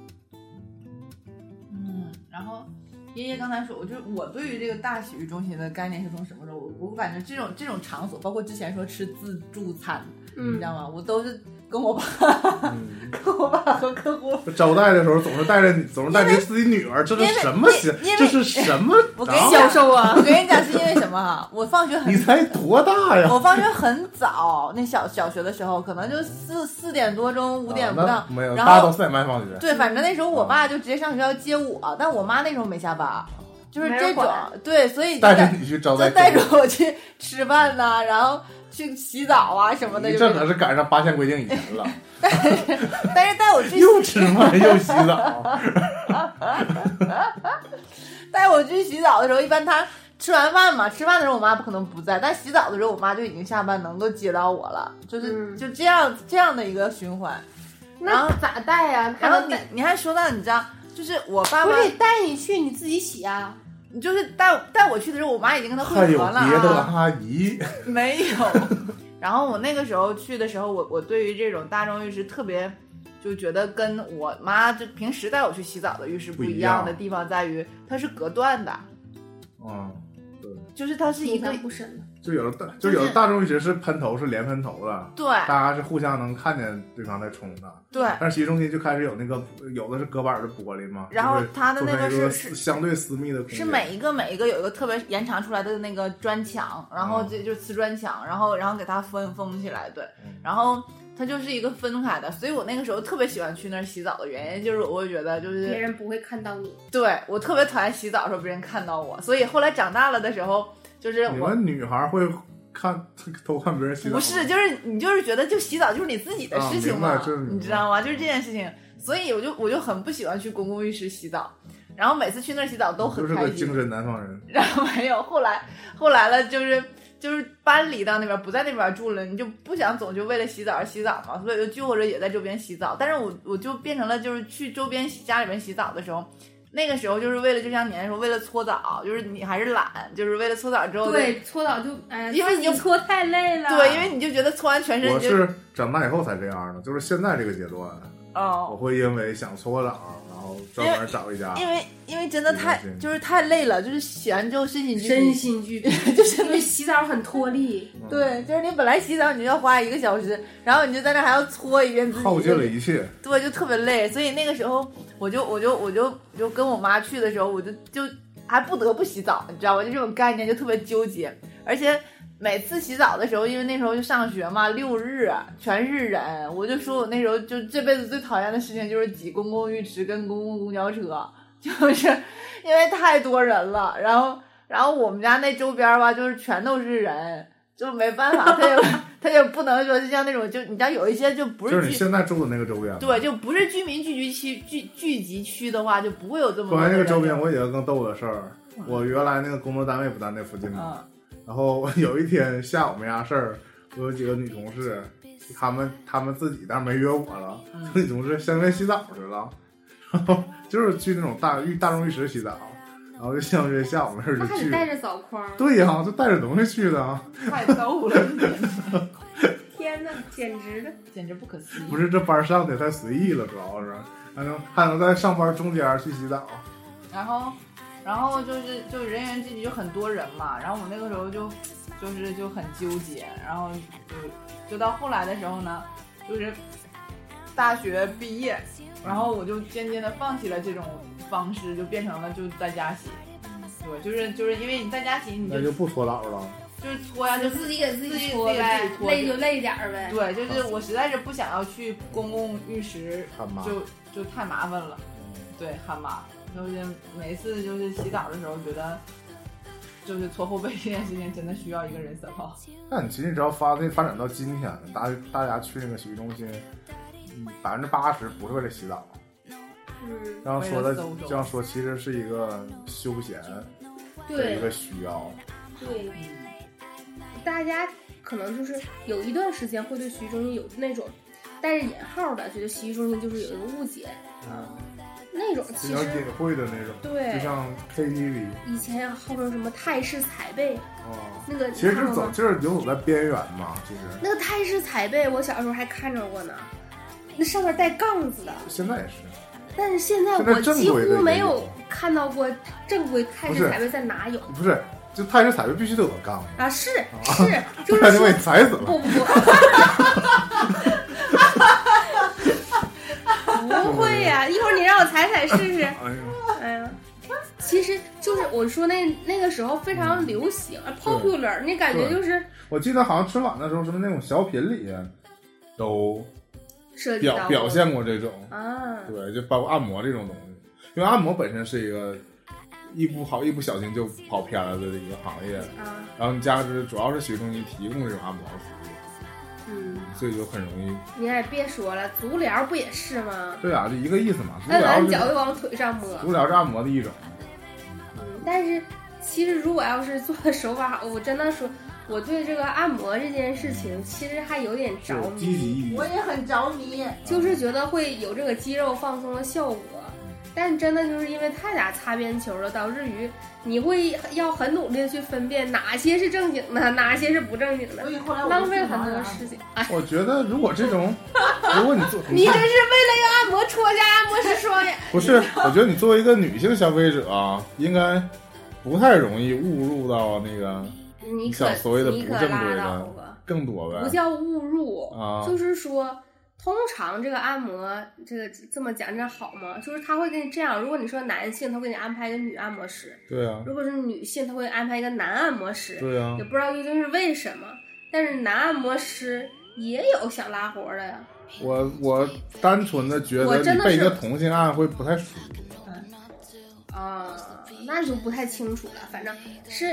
然后爷爷刚才说，我对于这个大洗浴中心的概念是从什么时候？我感觉这种场所，包括之前说吃自助餐，你知道吗？我都是跟我爸和客户招待的时候总是带着自己女儿，这是什么？这是什么？ 我跟你销售啊！ 我跟你讲是因为什么？我放学你才多大呀？ 我放学很早，那小学的时候可能就4点多钟5点不到， 没有， 然后大家都4点半放学。 对，反正那时候我爸就直接上学校接我，但我妈那时候没下班。就是这种，对，所以带着你去招待， 就带着我去吃饭呐，然后去洗澡啊什么的。 你这可是赶上8项规定以前了。 但是带我去又吃饭又洗澡。 带我去洗澡的时候，一般他吃完饭嘛，吃饭的时候我妈不可能不在，但洗澡的时候我妈就已经下班，能够接到我了，就是就这样的一个循环。 那咋带呀？ 然后你还说到，你知道，就是我爸妈不是带你去，你自己洗啊。 你就是带我去的时候，我妈已经跟他汇合了啊。 还有别的阿姨没有。然后我那个时候去的时候，我对于这种大众浴室特别就觉得跟我妈就平时带我去洗澡的浴室不一样的地方在于，它是隔断的。 对， 就是它是一个不深的。 就有的大众浴池是喷头，是连喷头的， 对， 大家是互相能看见对方在冲的， 对。 但是洗浴中心就开始有那个有的是隔板的玻璃嘛， 然后它的那个是相对私密的空间， 是每一个有一个特别延长出来的那个砖墙，然后就是瓷砖墙，然后给它封起来，对，然后它就是一个分开的，所以我那个时候特别喜欢去那儿洗澡的原因就是我会觉得就是别人不会看到你， 对，我特别讨厌洗澡的时候别人看到我，所以后来长大了的时候。就是你们女孩会偷看别人洗澡？ 不是，就是你就是觉得就洗澡就是你自己的事情嘛，你知道吗？就是这件事情，所以我就很不喜欢去公共浴室洗澡。 然后每次去那儿洗澡都很开心， 就是个精神南方人。 然后没有，后来了，就是搬离到那边，不在那边住了，你就不想总就为了洗澡而洗澡嘛，所以就就着也在周边洗澡。但是我就变成了就是去周边家里面洗澡的时候，那个时候就是为了就像你说为了搓澡，就是你还是懒，就是为了搓澡之后对搓澡就因为你就搓太累了， 对，因为你就觉得搓完全身我是长大以后才这样的，就是现在这个阶段，我会因为想搓个澡，然后专门找一家， 因为真的太累了，就是洗完之后身心俱疲，就是因为洗澡很脱力。 对，就是你本来洗澡你就要花1个小时，然后你就在那还要搓一遍自己， 耗尽了一切。 对，就特别累。所以那个时候我就跟我妈去的时候，我就还不得不洗澡，你知道吗？就这种概念就特别纠结。而且每次洗澡的时候，因为那时候就上学嘛，6日全是人，我就说我那时候就这辈子最讨厌的事情就是挤公共浴池跟公共公交车，就是因为太多人了。然后我们家那周边吧，就是全都是人，就没办法，他也不能说就像那种，就你知道有一些就不是就是你现在住的那个周边， 对，就不是居民聚集区的话，就不会有这么多人。 关于那个周边，我有一个更逗的事儿，我原来那个工作单位不在那附近吗？然后有一天下午没啥事儿，我有几个女同事，他们自己但是没约我了，女同事相约洗澡去了，然后就是去那种大众浴池洗澡，然后就相约下午没事就去。 他还得带着澡筐。 对呀，就带着东西去的。 太逗了！ 天哪，简直不可思议。 不是这班上的太随意了，主要是还能在上班中间去洗澡。 然后就是人员聚集就很多人嘛，然后我那个时候就很纠结，然后就到后来的时候呢，就是大学毕业，然后我就渐渐的放弃了这种方式，就变成了就在家洗。对，就是因为你在家洗，你就不搓澡了。 就是搓呀，就自己给自己搓呗，累就累点呗。 对，就是我实在是不想要去公共浴池，就太麻烦了。对，汗麻。就是每一次就是洗澡的时候，觉得就是搓后背这件事情真的需要一个人 support。 那你其实只要发展到今天，大家去那个洗浴中心，80%不是为了洗澡。这样说其实是一个休闲的一个需要。 对，大家可能就是有一段时间会对洗浴中心有那种带着引号的，觉得洗浴中心就是有一个误解。那种其实比较隐晦的那种， 对， 就像 KTV 以前号称什么泰式踩背，那个其实就是游走在边缘嘛，其实那个泰式踩背，我小时候还看着过呢，那上面带杠子的， 现在也是， 但是现在我几乎没有看到过正规泰式踩背在哪有， 不是，就泰式踩背必须得有杠子啊，是，就是说被踩死了， 不。不会呀，一会儿你让我踩试试。哎呀，其实就是我说那个时候非常流行，popular，你感觉就是。 我记得好像春晚的时候，什么那种小品里都表现过这种啊， 对，就包括按摩这种东西，因为按摩本身是一个一不小心就跑偏了的一个行业啊，然后你加之主要是洗浴中心提供这种按摩服务。所以就很容易。 你也别说了，足疗不也是吗？ 对啊，就一个意思嘛。足疗按脚就往腿上摸。 足疗是按摩的一种。 但是其实如果要是做的手法好，我真的说，我对这个按摩这件事情其实还有点着迷。 积极意义。 我也很着迷， 就是觉得会有这个肌肉放松的效果。但真的就是因为太打擦边球了，导致于你会要很努力的去分辨哪些是正经的，哪些是不正经的，浪费很多事情。 我觉得如果这种，如果你做， 你这是为了要按摩戳加按摩师双眼。 不是，我觉得你作为一个女性消费者啊，应该不太容易误入到那个你所谓的不正规的更多呗。 不叫误入啊，就是说。通常这个按摩，这么讲真好吗？就是他会给你这样，如果你说男性，他会给你安排一个女按摩师， 对啊； 如果是女性，他会安排一个男按摩师， 对啊。 也不知道究竟是为什么，但是男按摩师也有想拉活的呀。 我单纯的觉得你被一个同性按会不太舒服。 那就不太清楚了，反正是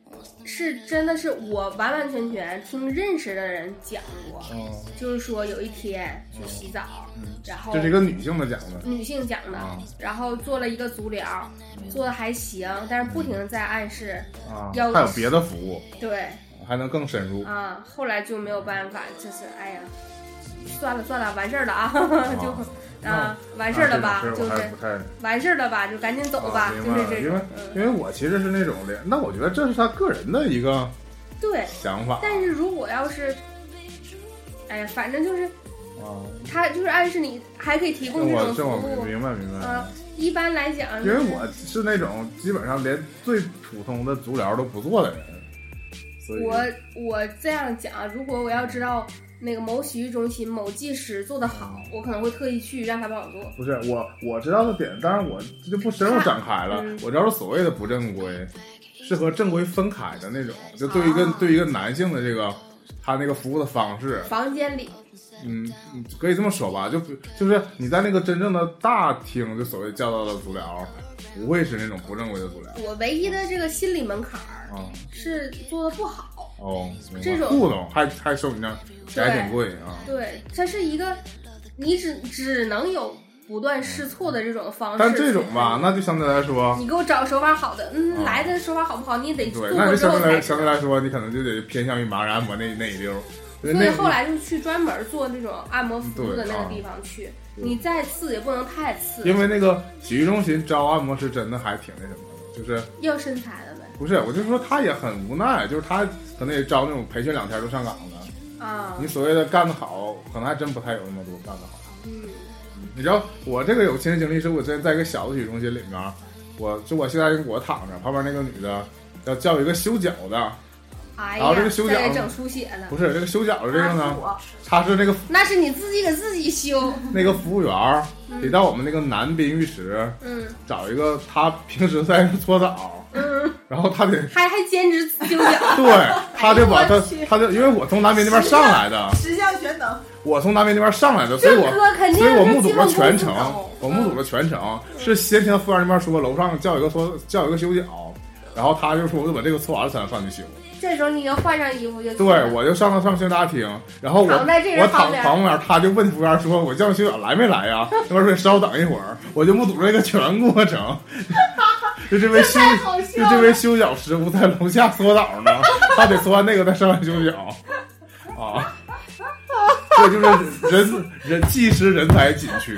是真的是我完完全全听认识的人讲过，就是说有一天去洗澡，然后这是一个女性的讲的， 女性讲的，然后做了一个足疗，做的还行，但是不停的在暗示要还有别的服务， 对， 还能更深入啊，后来就没有办法，就是哎呀，算了，完事儿了啊，就。完事儿了吧，就是完事儿了吧，就赶紧走吧，就是这种。 因为我其实是那种的，那我觉得这是他个人的一个对想法。 但是如果要是，哎呀，反正就是他就是暗示你还可以提供这种服务。 我明白。 一般来讲， 因为我是那种基本上连最普通的足疗都不做的人，所以我这样讲，如果我要知道。那个某洗浴中心某技师做得好，我可能会特意去让他帮我做。 不是我知道的点，当然我就不深入展开了。我知道所谓的不正规，是和正规分开的那种。就对一个男性的这个他那个服务的方式， 房间里， 可以这么说吧，就是你在那个真正的大厅，就所谓叫到的足疗，不会是那种不正规的足疗。 我唯一的这个心理门槛是做的不好。这种互动还收你那钱还挺贵啊。 对，它是一个你只能有不断试错的这种方式。 但这种吧，那就相对来说， 你给我找手法好的，来的手法好不好，你得做对，那就相对来说， 你可能就得偏向于马鞍按摩那一溜。 所以后来就去专门做那种按摩服务的那个地方去，你再次也不能太次。 因为那个洗浴中心招按摩师真的还挺那什么的，就是要身材的呗。 不是，我就说他也很无奈，就是他可能也招那种培训2天就上岗的啊。你所谓的干得好，可能还真不太有那么多干得好。你知道我这个有亲身经历，是我之前在一个小的洗浴中心里面，我现在我躺着，旁边那个女的要叫一个修脚的。然后这个修脚整出血了， 不是这个修脚的这个呢，他是那个那是你自己给自己修。 那个服务员得到我们那个男宾浴池，找一个他平时在搓澡，然后他得还兼职修脚， 对，他就把他就因为我从男宾那边上来的， 十项全能， 我从南边那边上来的，所以我目睹了全程，是先听服务员那边说楼上叫一个修脚，然后他就说我就把这个搓完了才能上去修。 这时候你要换上衣服就对，我就上修大厅，然后我躺旁边，他就问服务员说：“我叫修脚来没来呀？”那边说稍等一会儿，我就目睹了这个全过程。就这位修脚师傅在楼下搓澡呢，他得搓完那个再上来修脚啊。这就是人技师人才紧缺。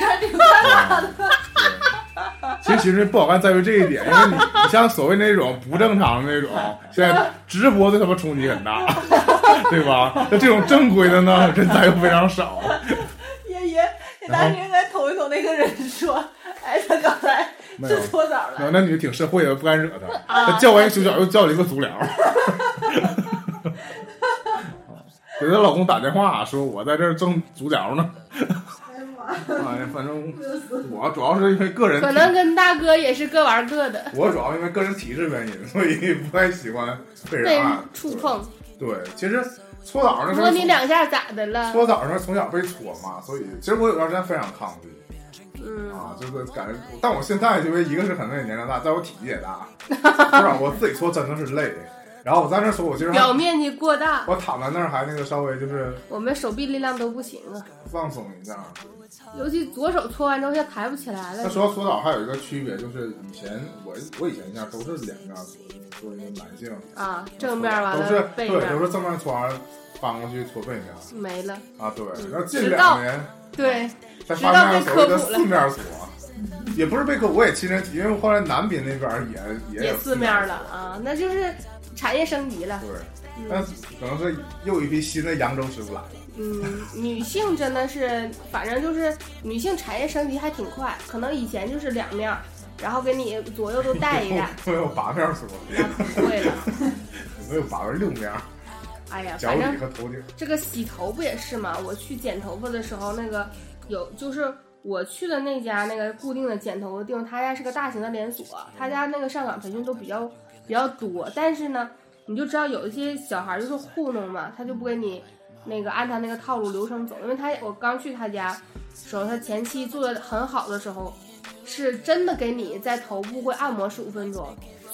其实不好看在于这一点，因为你像所谓那种不正常的那种，现在直播对他们冲击很大，对吧？那这种正规的呢，人才又非常少。 爷爷，你当时应该捅一捅那个人说：“哎，他刚才是搓澡了。” 那女的挺社会的，不敢惹他。他叫完一个修脚，又叫了一个足疗。给她老公打电话说：“我在这儿正足疗呢。”哎呀，反正我主要是因为个人， 可能跟大哥也是各玩各的。 我主要因为个人体质原因，所以不太喜欢被人触碰。 对，其实搓澡那时候摸你2下咋的了？ 搓澡那从小被搓嘛，所以其实我有段时间非常抗拒。就是感觉，但我现在因为一个是可能也年龄大，再我体积也大，不然我自己搓真的是累。然后我在那搓，我其实表面积过大， 我躺在那儿还那个稍微就是我们手臂力量都不行啊， 放松一下。 尤其左手搓完之后，现在抬不起来了。 那说到搓澡还有一个区别，就是以前我以前一样都是2面搓，作为一个男性啊，正面完了背面， 对，都是正面搓完翻过去搓背面， 没了啊。对，然后近2年对才发现所谓的4面搓。也不是被科普，我也亲身体，因为后来南滨那边也有 4面了啊，那就是产业升级了。 对，但可能是又一批新的扬州师傅来了。 女性真的是，反正就是女性产业升级还挺快，可能以前就是2面，然后给你左右都带一带。 没有8面搓， 不会了， 没有8面6面。 哎呀， 脚底和头顶。 这个洗头不也是吗？我去剪头发的时候，那个就是我去的那家那个固定的剪头的地方，他家是个大型的连锁，他家那个上岗培训都比较多，但是呢，你就知道有一些小孩就是糊弄嘛，他就不给你那个按他那个套路流程走，因为我刚去他家时候，他前期做的很好的时候，是真的给你在头部会按摩15分钟，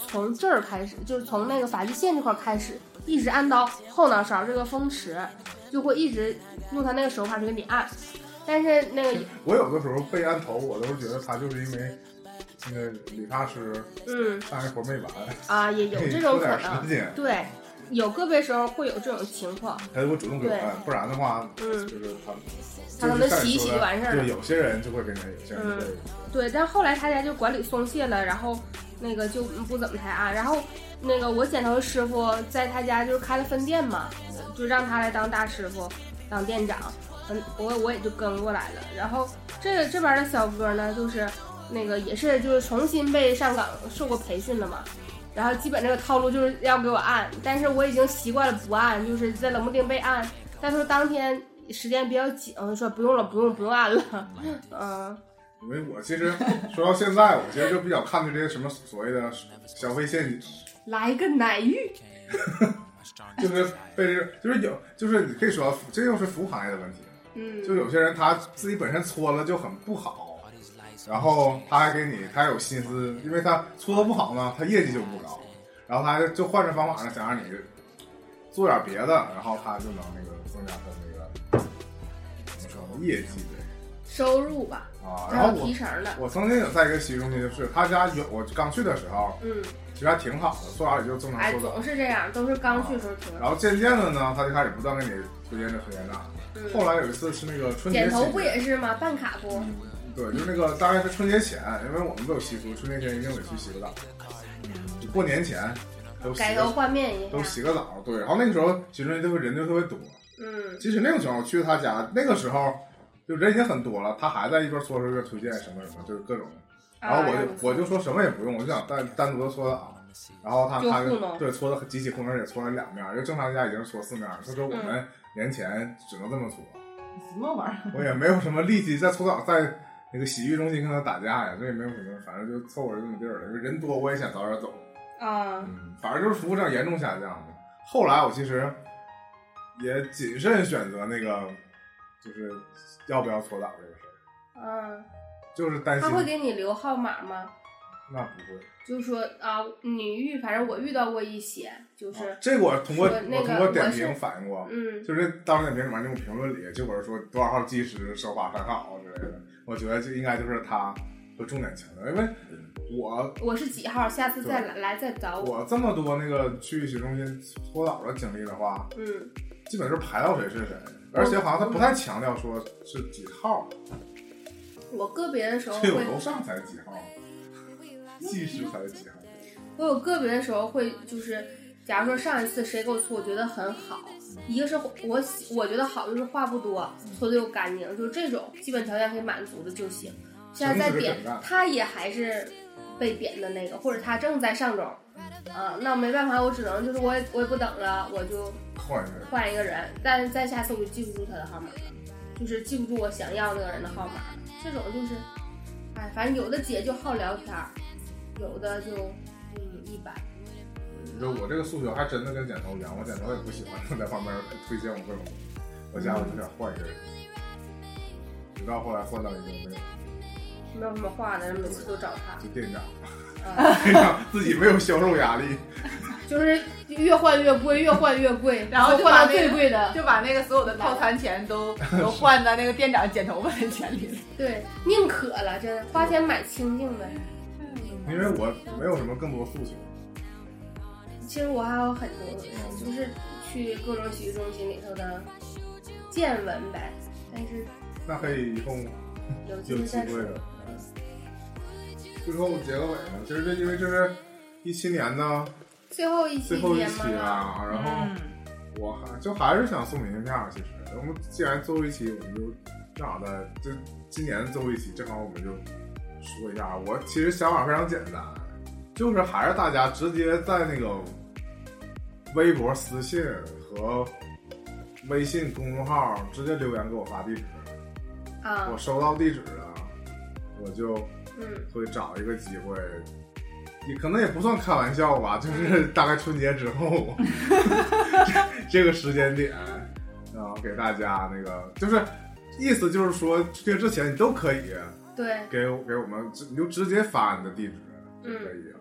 从这儿开始，就是从那个发际线这块开始，一直按到后脑勺这个风池，就会一直用他那个手法去给你按。但是那个我有的时候被按头，我都是觉得他就是因为那个理发师干活没完啊，也有这种可能。对，有个别时候会有这种情况。 他如果主动给我按，不然的话，就是他可能洗一洗就完事儿了。 对，有些人就会给你，有些人就会。 对，但后来他家就管理松懈了，然后那个就不怎么太按。然后那个我剪头的师傅在他家就是开了分店嘛，就让他来当大师傅，当店长。我也就跟过来了。然后这边的小哥呢，就是那个也是就是重新被上岗受过培训的嘛，然后基本这个套路就是要给我按，但是我已经习惯了不按，就是在冷不丁被按。但是当天时间比较紧，我就说不用按了。 因为我其实说到现在，我其实就比较看重这些什么所谓的消费陷阱， 来个奶浴。 就是被这个，就是你可以说这又是服务行业的问题。就有些人他自己本身搓了就很不好，然后他还给你，他有心思，因为他搓的不好呢，他业绩就不高，然后他就换着方法呢，想让你做点别的，然后他就能那个增加他那个怎么说呢，业绩的收入吧。 然后提成的。 我曾经有在一个洗浴中心，就是他家有我刚去的时候，其实还挺好的，搓澡也就正常搓澡。 总是这样，都是刚去的时候挺好。 然后渐渐的呢，他就开始不断给你推荐那。后来有一次是那个春节剪头不也是吗？办卡不？ 对，就那个大概是春节前，因为我们都有习俗，春节前一定得去洗个澡。过年前都改头换面一下， 都洗个澡。对，然后那个时候洗春节人就特别多。其实那种情况，我去他家那个时候就人已经很多了，他还在一边说一边推荐什么，就是各种。然后我就说什么也不用，我就想单独的搓澡。然后他对搓的极其糊弄，也搓了2面，因为正常家已经搓4面。他说我们年前只能这么搓。 什么玩意儿？ 我也没有什么力气在搓澡，在那个洗浴中心跟他打架呀，这也没有什么，反正就凑合着这么地儿了。因为人多，我也想早点走反正就是服务量严重下降的。后来我其实也谨慎选择那个，就是要不要搓澡这个事儿。就是担心。 他会给你留号码吗？ 那不会。 就是说女浴，反正我遇到过一些，就是这个我通过点评反映过，就是当时点评里面那种评论里，就我是说多少号技师手法很好之类的，我觉得这应该就是他会重点强调，因为我是几号，下次再来再找我。 我这么多那个去洗浴中心搓澡的经历的话，基本就是排到谁是谁，而且好像他不太强调说是几号。 我个别的时候会有楼上才几号。技师才是几号？ 我有个别的时候会就是，假如说上一次谁给我搓，我觉得很好，一个是我觉得好，就是话不多，搓的又干净，就是这种基本条件可以满足的就行。现在在点，他也还是被点的那个，或者他正在上中，那没办法，我只能就是我也不等了，我就换一个人，但是再下次我就记不住他的号码了，就是记不住我想要那个人的号码，这种就是，反正有的姐就好聊天。有的就一般。 就我这个诉求还真的跟剪头一样，我剪头也不喜欢在旁边推荐我各种，我家我就想换一个人，直到后来换到一个没有什么话的，每次都找他。 就店长，自己没有销售压力， 就是越换越贵，越换越贵， 然后就换到最贵的， 就把那个所有的套餐钱都换在那个店长剪头发的钱里。 对，宁可了，真的花钱买清净的。 因为我没有什么更多诉求。 其实我还有很多，就是去各种洗浴中心里头的见闻呗。但是那可以以后有机会的。最后结个尾呢，其实这因为这是17年呢最后一期啊，然后我还是想送明信片。其实我们既然最后一期，我们就正好在就今年的最后一期，正好我们就说一下。我其实想法非常简单，就是还是大家直接在那个微博私信和微信公众号直接留言给我发地址我收到地址了，我就会找一个机会，也可能也不算开玩笑吧，就是大概春节之后这个时间点给大家那个，就是意思就是说这之前你都可以对给我们，你就直接发你的地址就可以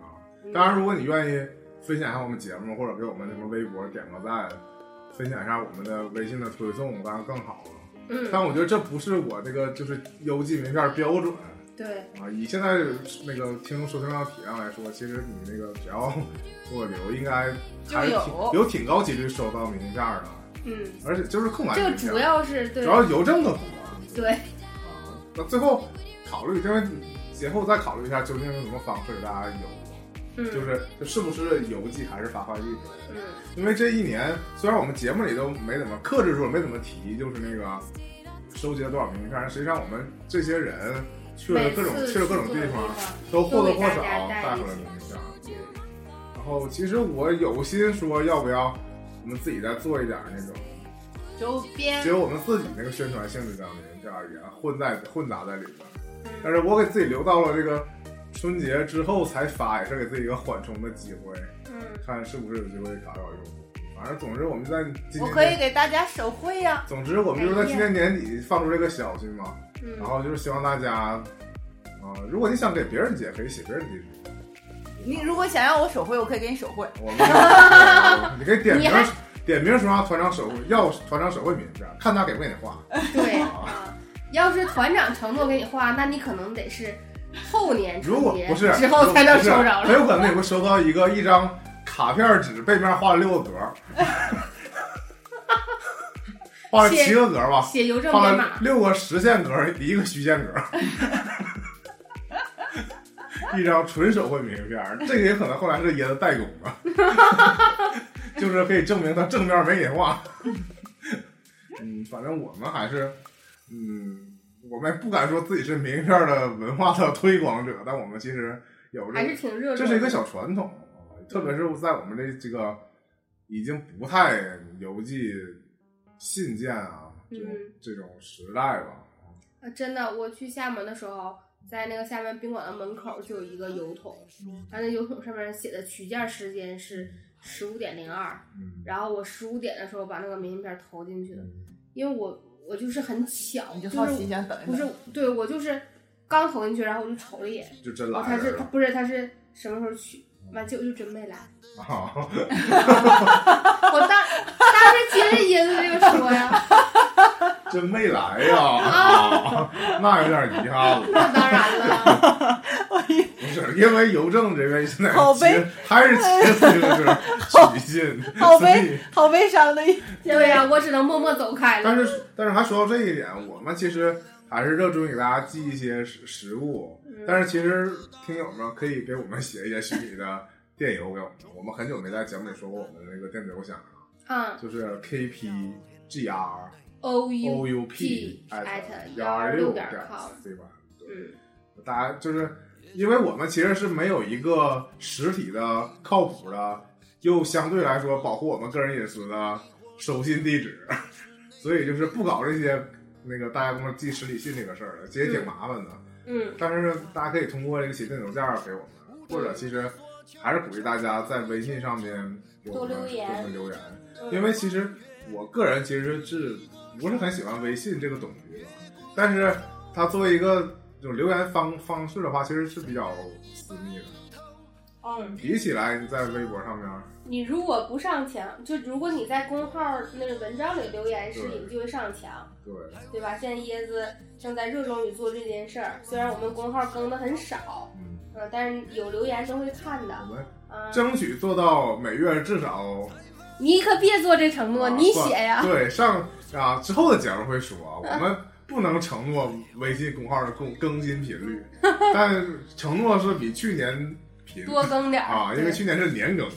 当然，如果你愿意分享一下我们节目，或者给我们什么微博点个赞，分享一下我们的微信的推送，当然更好了。但我觉得这不是我这个就是邮寄名片标准。 对啊，以现在那个听众收听量体量来说，其实你那个只要给我留，应该还是有挺高几率收到明信片的。而且就是空白这个主要是对， 主要邮政的多。 对。 那最后考虑，因为节后再考虑一下究竟用什么方式大家邮，就是不是邮寄还是发快递之类的。因为这一年虽然我们节目里都没怎么克制住，没怎么提，就是那个收集了多少明信片，实际上我们这些人去了各种地方，都或多或少带回了明信片。然后其实我有心说，要不要我们自己再做一点那种周边， 只有我们自己那个宣传性质的明信片也混杂在里面。但是我给自己留到了这个春节之后才发，也是给自己一个缓冲的机会。看是不是有机会达到用户。反正总之我们在今年我可以给大家手绘呀。 总之我们就是在今年年底放出这个消息嘛。然后就是希望大家，如果你想给别人寄，可以写别人地址。 你如果想让我手绘，我可以给你手绘。 你可以点名说让团长手绘，要团长手绘明信片，看他给不给你画。 对要是团长承诺给你画，那你可能得是后年春节之后才能收着了。 很有可能你会收到一张卡片纸，背面画了6个格。画了7个格吧， 写邮政编码 ，6个实线格，1个虚线格，一张纯手绘明信片，这个也可能后来是椰子代工的，就是可以证明它正面没给画。反正我们还是，我们不敢说自己是明信片的文化的推广者，但我们其实有还是挺热衷的， 这是一个小传统，特别是在我们这个已经不太邮寄信件啊，这种时代吧。 真的，我去厦门的时候，在那个厦门宾馆的门口就有一个邮筒，然后那邮筒上面写的取件时间是15点02，然后我15点的时候把那个明信片投进去了，因为我就是很巧， 你就好奇想等一等， 不是，对，我就是刚投进去，然后我就瞅了一眼， 就真来了， 他是什么时候取？完结果就真没来。我当时其实椰子这个说呀， 真没来呀，那有点遗憾了。 那当然了， 不是因为邮政这边现在还是取信， 好悲伤的。 对呀，我只能默默走开了。 但是还说到这一点，我们其实还是热衷于给大家寄一些实物。但是其实听友们可以给我们写一些虚拟的电邮给我们，我们很久没在节目里说过我们的那个电子邮箱了，就是 kpgroup@126.com， 对吧？大家就是因为我们其实是没有一个实体的靠谱的又相对来说保护我们个人隐私的收信地址，所以就是不搞这些那个大家给我寄实体信这个事儿了，其实挺麻烦的。但是大家可以通过这个写电子邮件给我们，或者其实还是鼓励大家在微信上面给我们多留言，因为其实我个人其实是不是很喜欢微信这个东西吧，但是它作为一个这种留言方式的话，其实是比较私密的。比起来你在微博上面， 你如果不上墙，就如果你在公号那个文章里留言是你就会上墙，对吧？现在椰子正在热衷于做这件事儿，虽然我们公号更的很少，但是有留言都会看的。 我们争取做到每月至少。 你可别做这承诺，你写呀。 对，之后的节目会说，我们不能承诺微信公号的更新频率，但承诺是比去年多更点啊，因为去年是年更。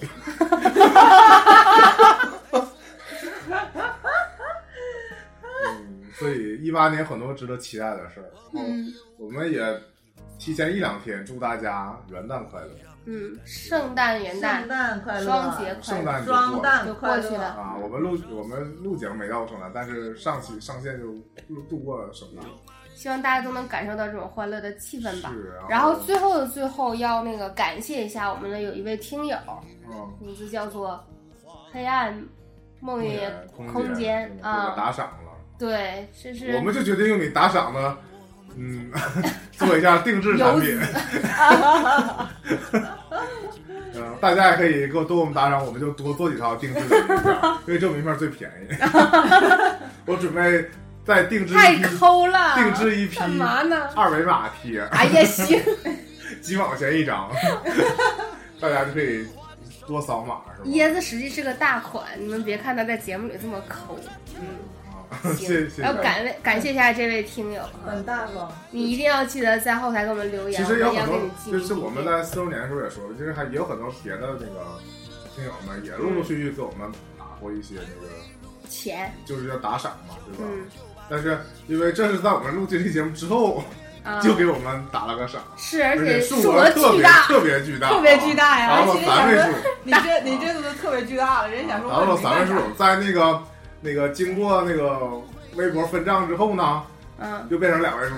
所以18年很多值得期待的事儿。我们也提前1-2天祝大家元旦快乐。 圣诞元旦快乐， 双节快乐， 双旦就过去了啊！我们录节目没到圣诞，但是上线就度过了圣诞。 希望大家都能感受到这种欢乐的气氛吧。然后最后要那个感谢一下我们的有一位听友，名字叫做黑暗梦夜空间啊， 打赏了。 对，是我们就决定用你打赏的。做一下定制产品。 大家也可以给我们打赏，我们就多做几套定制的名片，因为这名片最便宜。我准备再定制一批， 太抠了， 定制一批干嘛呢 ？2维码贴。 哎呀，行， 几毛钱一张，大家就可以多扫码，是吧？ 椰子实际是个大款，你们别看他在节目里这么抠。 谢谢。 要感谢一下这位听友， 很大方。 你一定要记得在后台给我们留言， 其实有很多， 就是我们在4周年的时候也说了，其实还也有很多别的那个听友们也陆陆续续给我们打过一些那个钱， 就是要打赏嘛，对吧？但是因为这是在我们录这期节目之后。就给我们打了个赏， 是，而且数额巨大， 特别巨大， 特别巨大呀！ 达到了3位数， 你这都特别巨大了，人想说达到了3位数，在那个经过那个微博分账之后呢，就变成2位数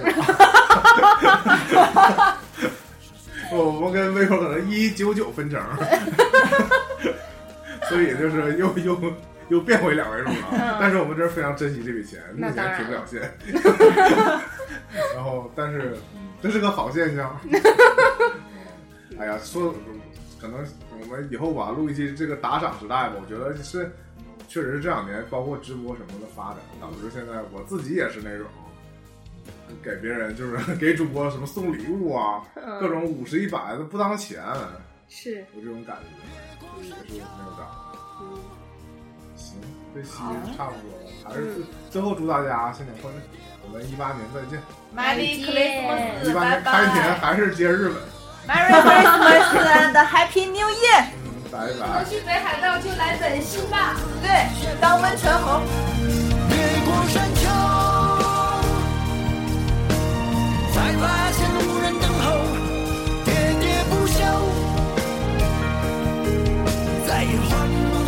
了。我们跟微博可能199分成，所以就是又变回2位数了。但是我们这是非常珍惜这笔钱，目前停不了线。然后，但是这是个好现象。哎呀，说可能我们以后吧，录一期这个打赏时代吧，我觉得是确实是这2年，包括直播什么的发展，导致现在我自己也是那种给别人就是给主播什么送礼物啊，各种50、100都不当钱， 是有这种感觉，也是没有涨。行，这期差不多了，还是最后祝大家新年快乐。我们18年再见 ，Merry Christmas， 18年开年还是接日本 ，Merry Christmas and Happy New Year， 拜拜。 去北海道就来本溪吧， 对，当温泉猴。 越过山丘，才发现无人等候，喋喋不休，再也换不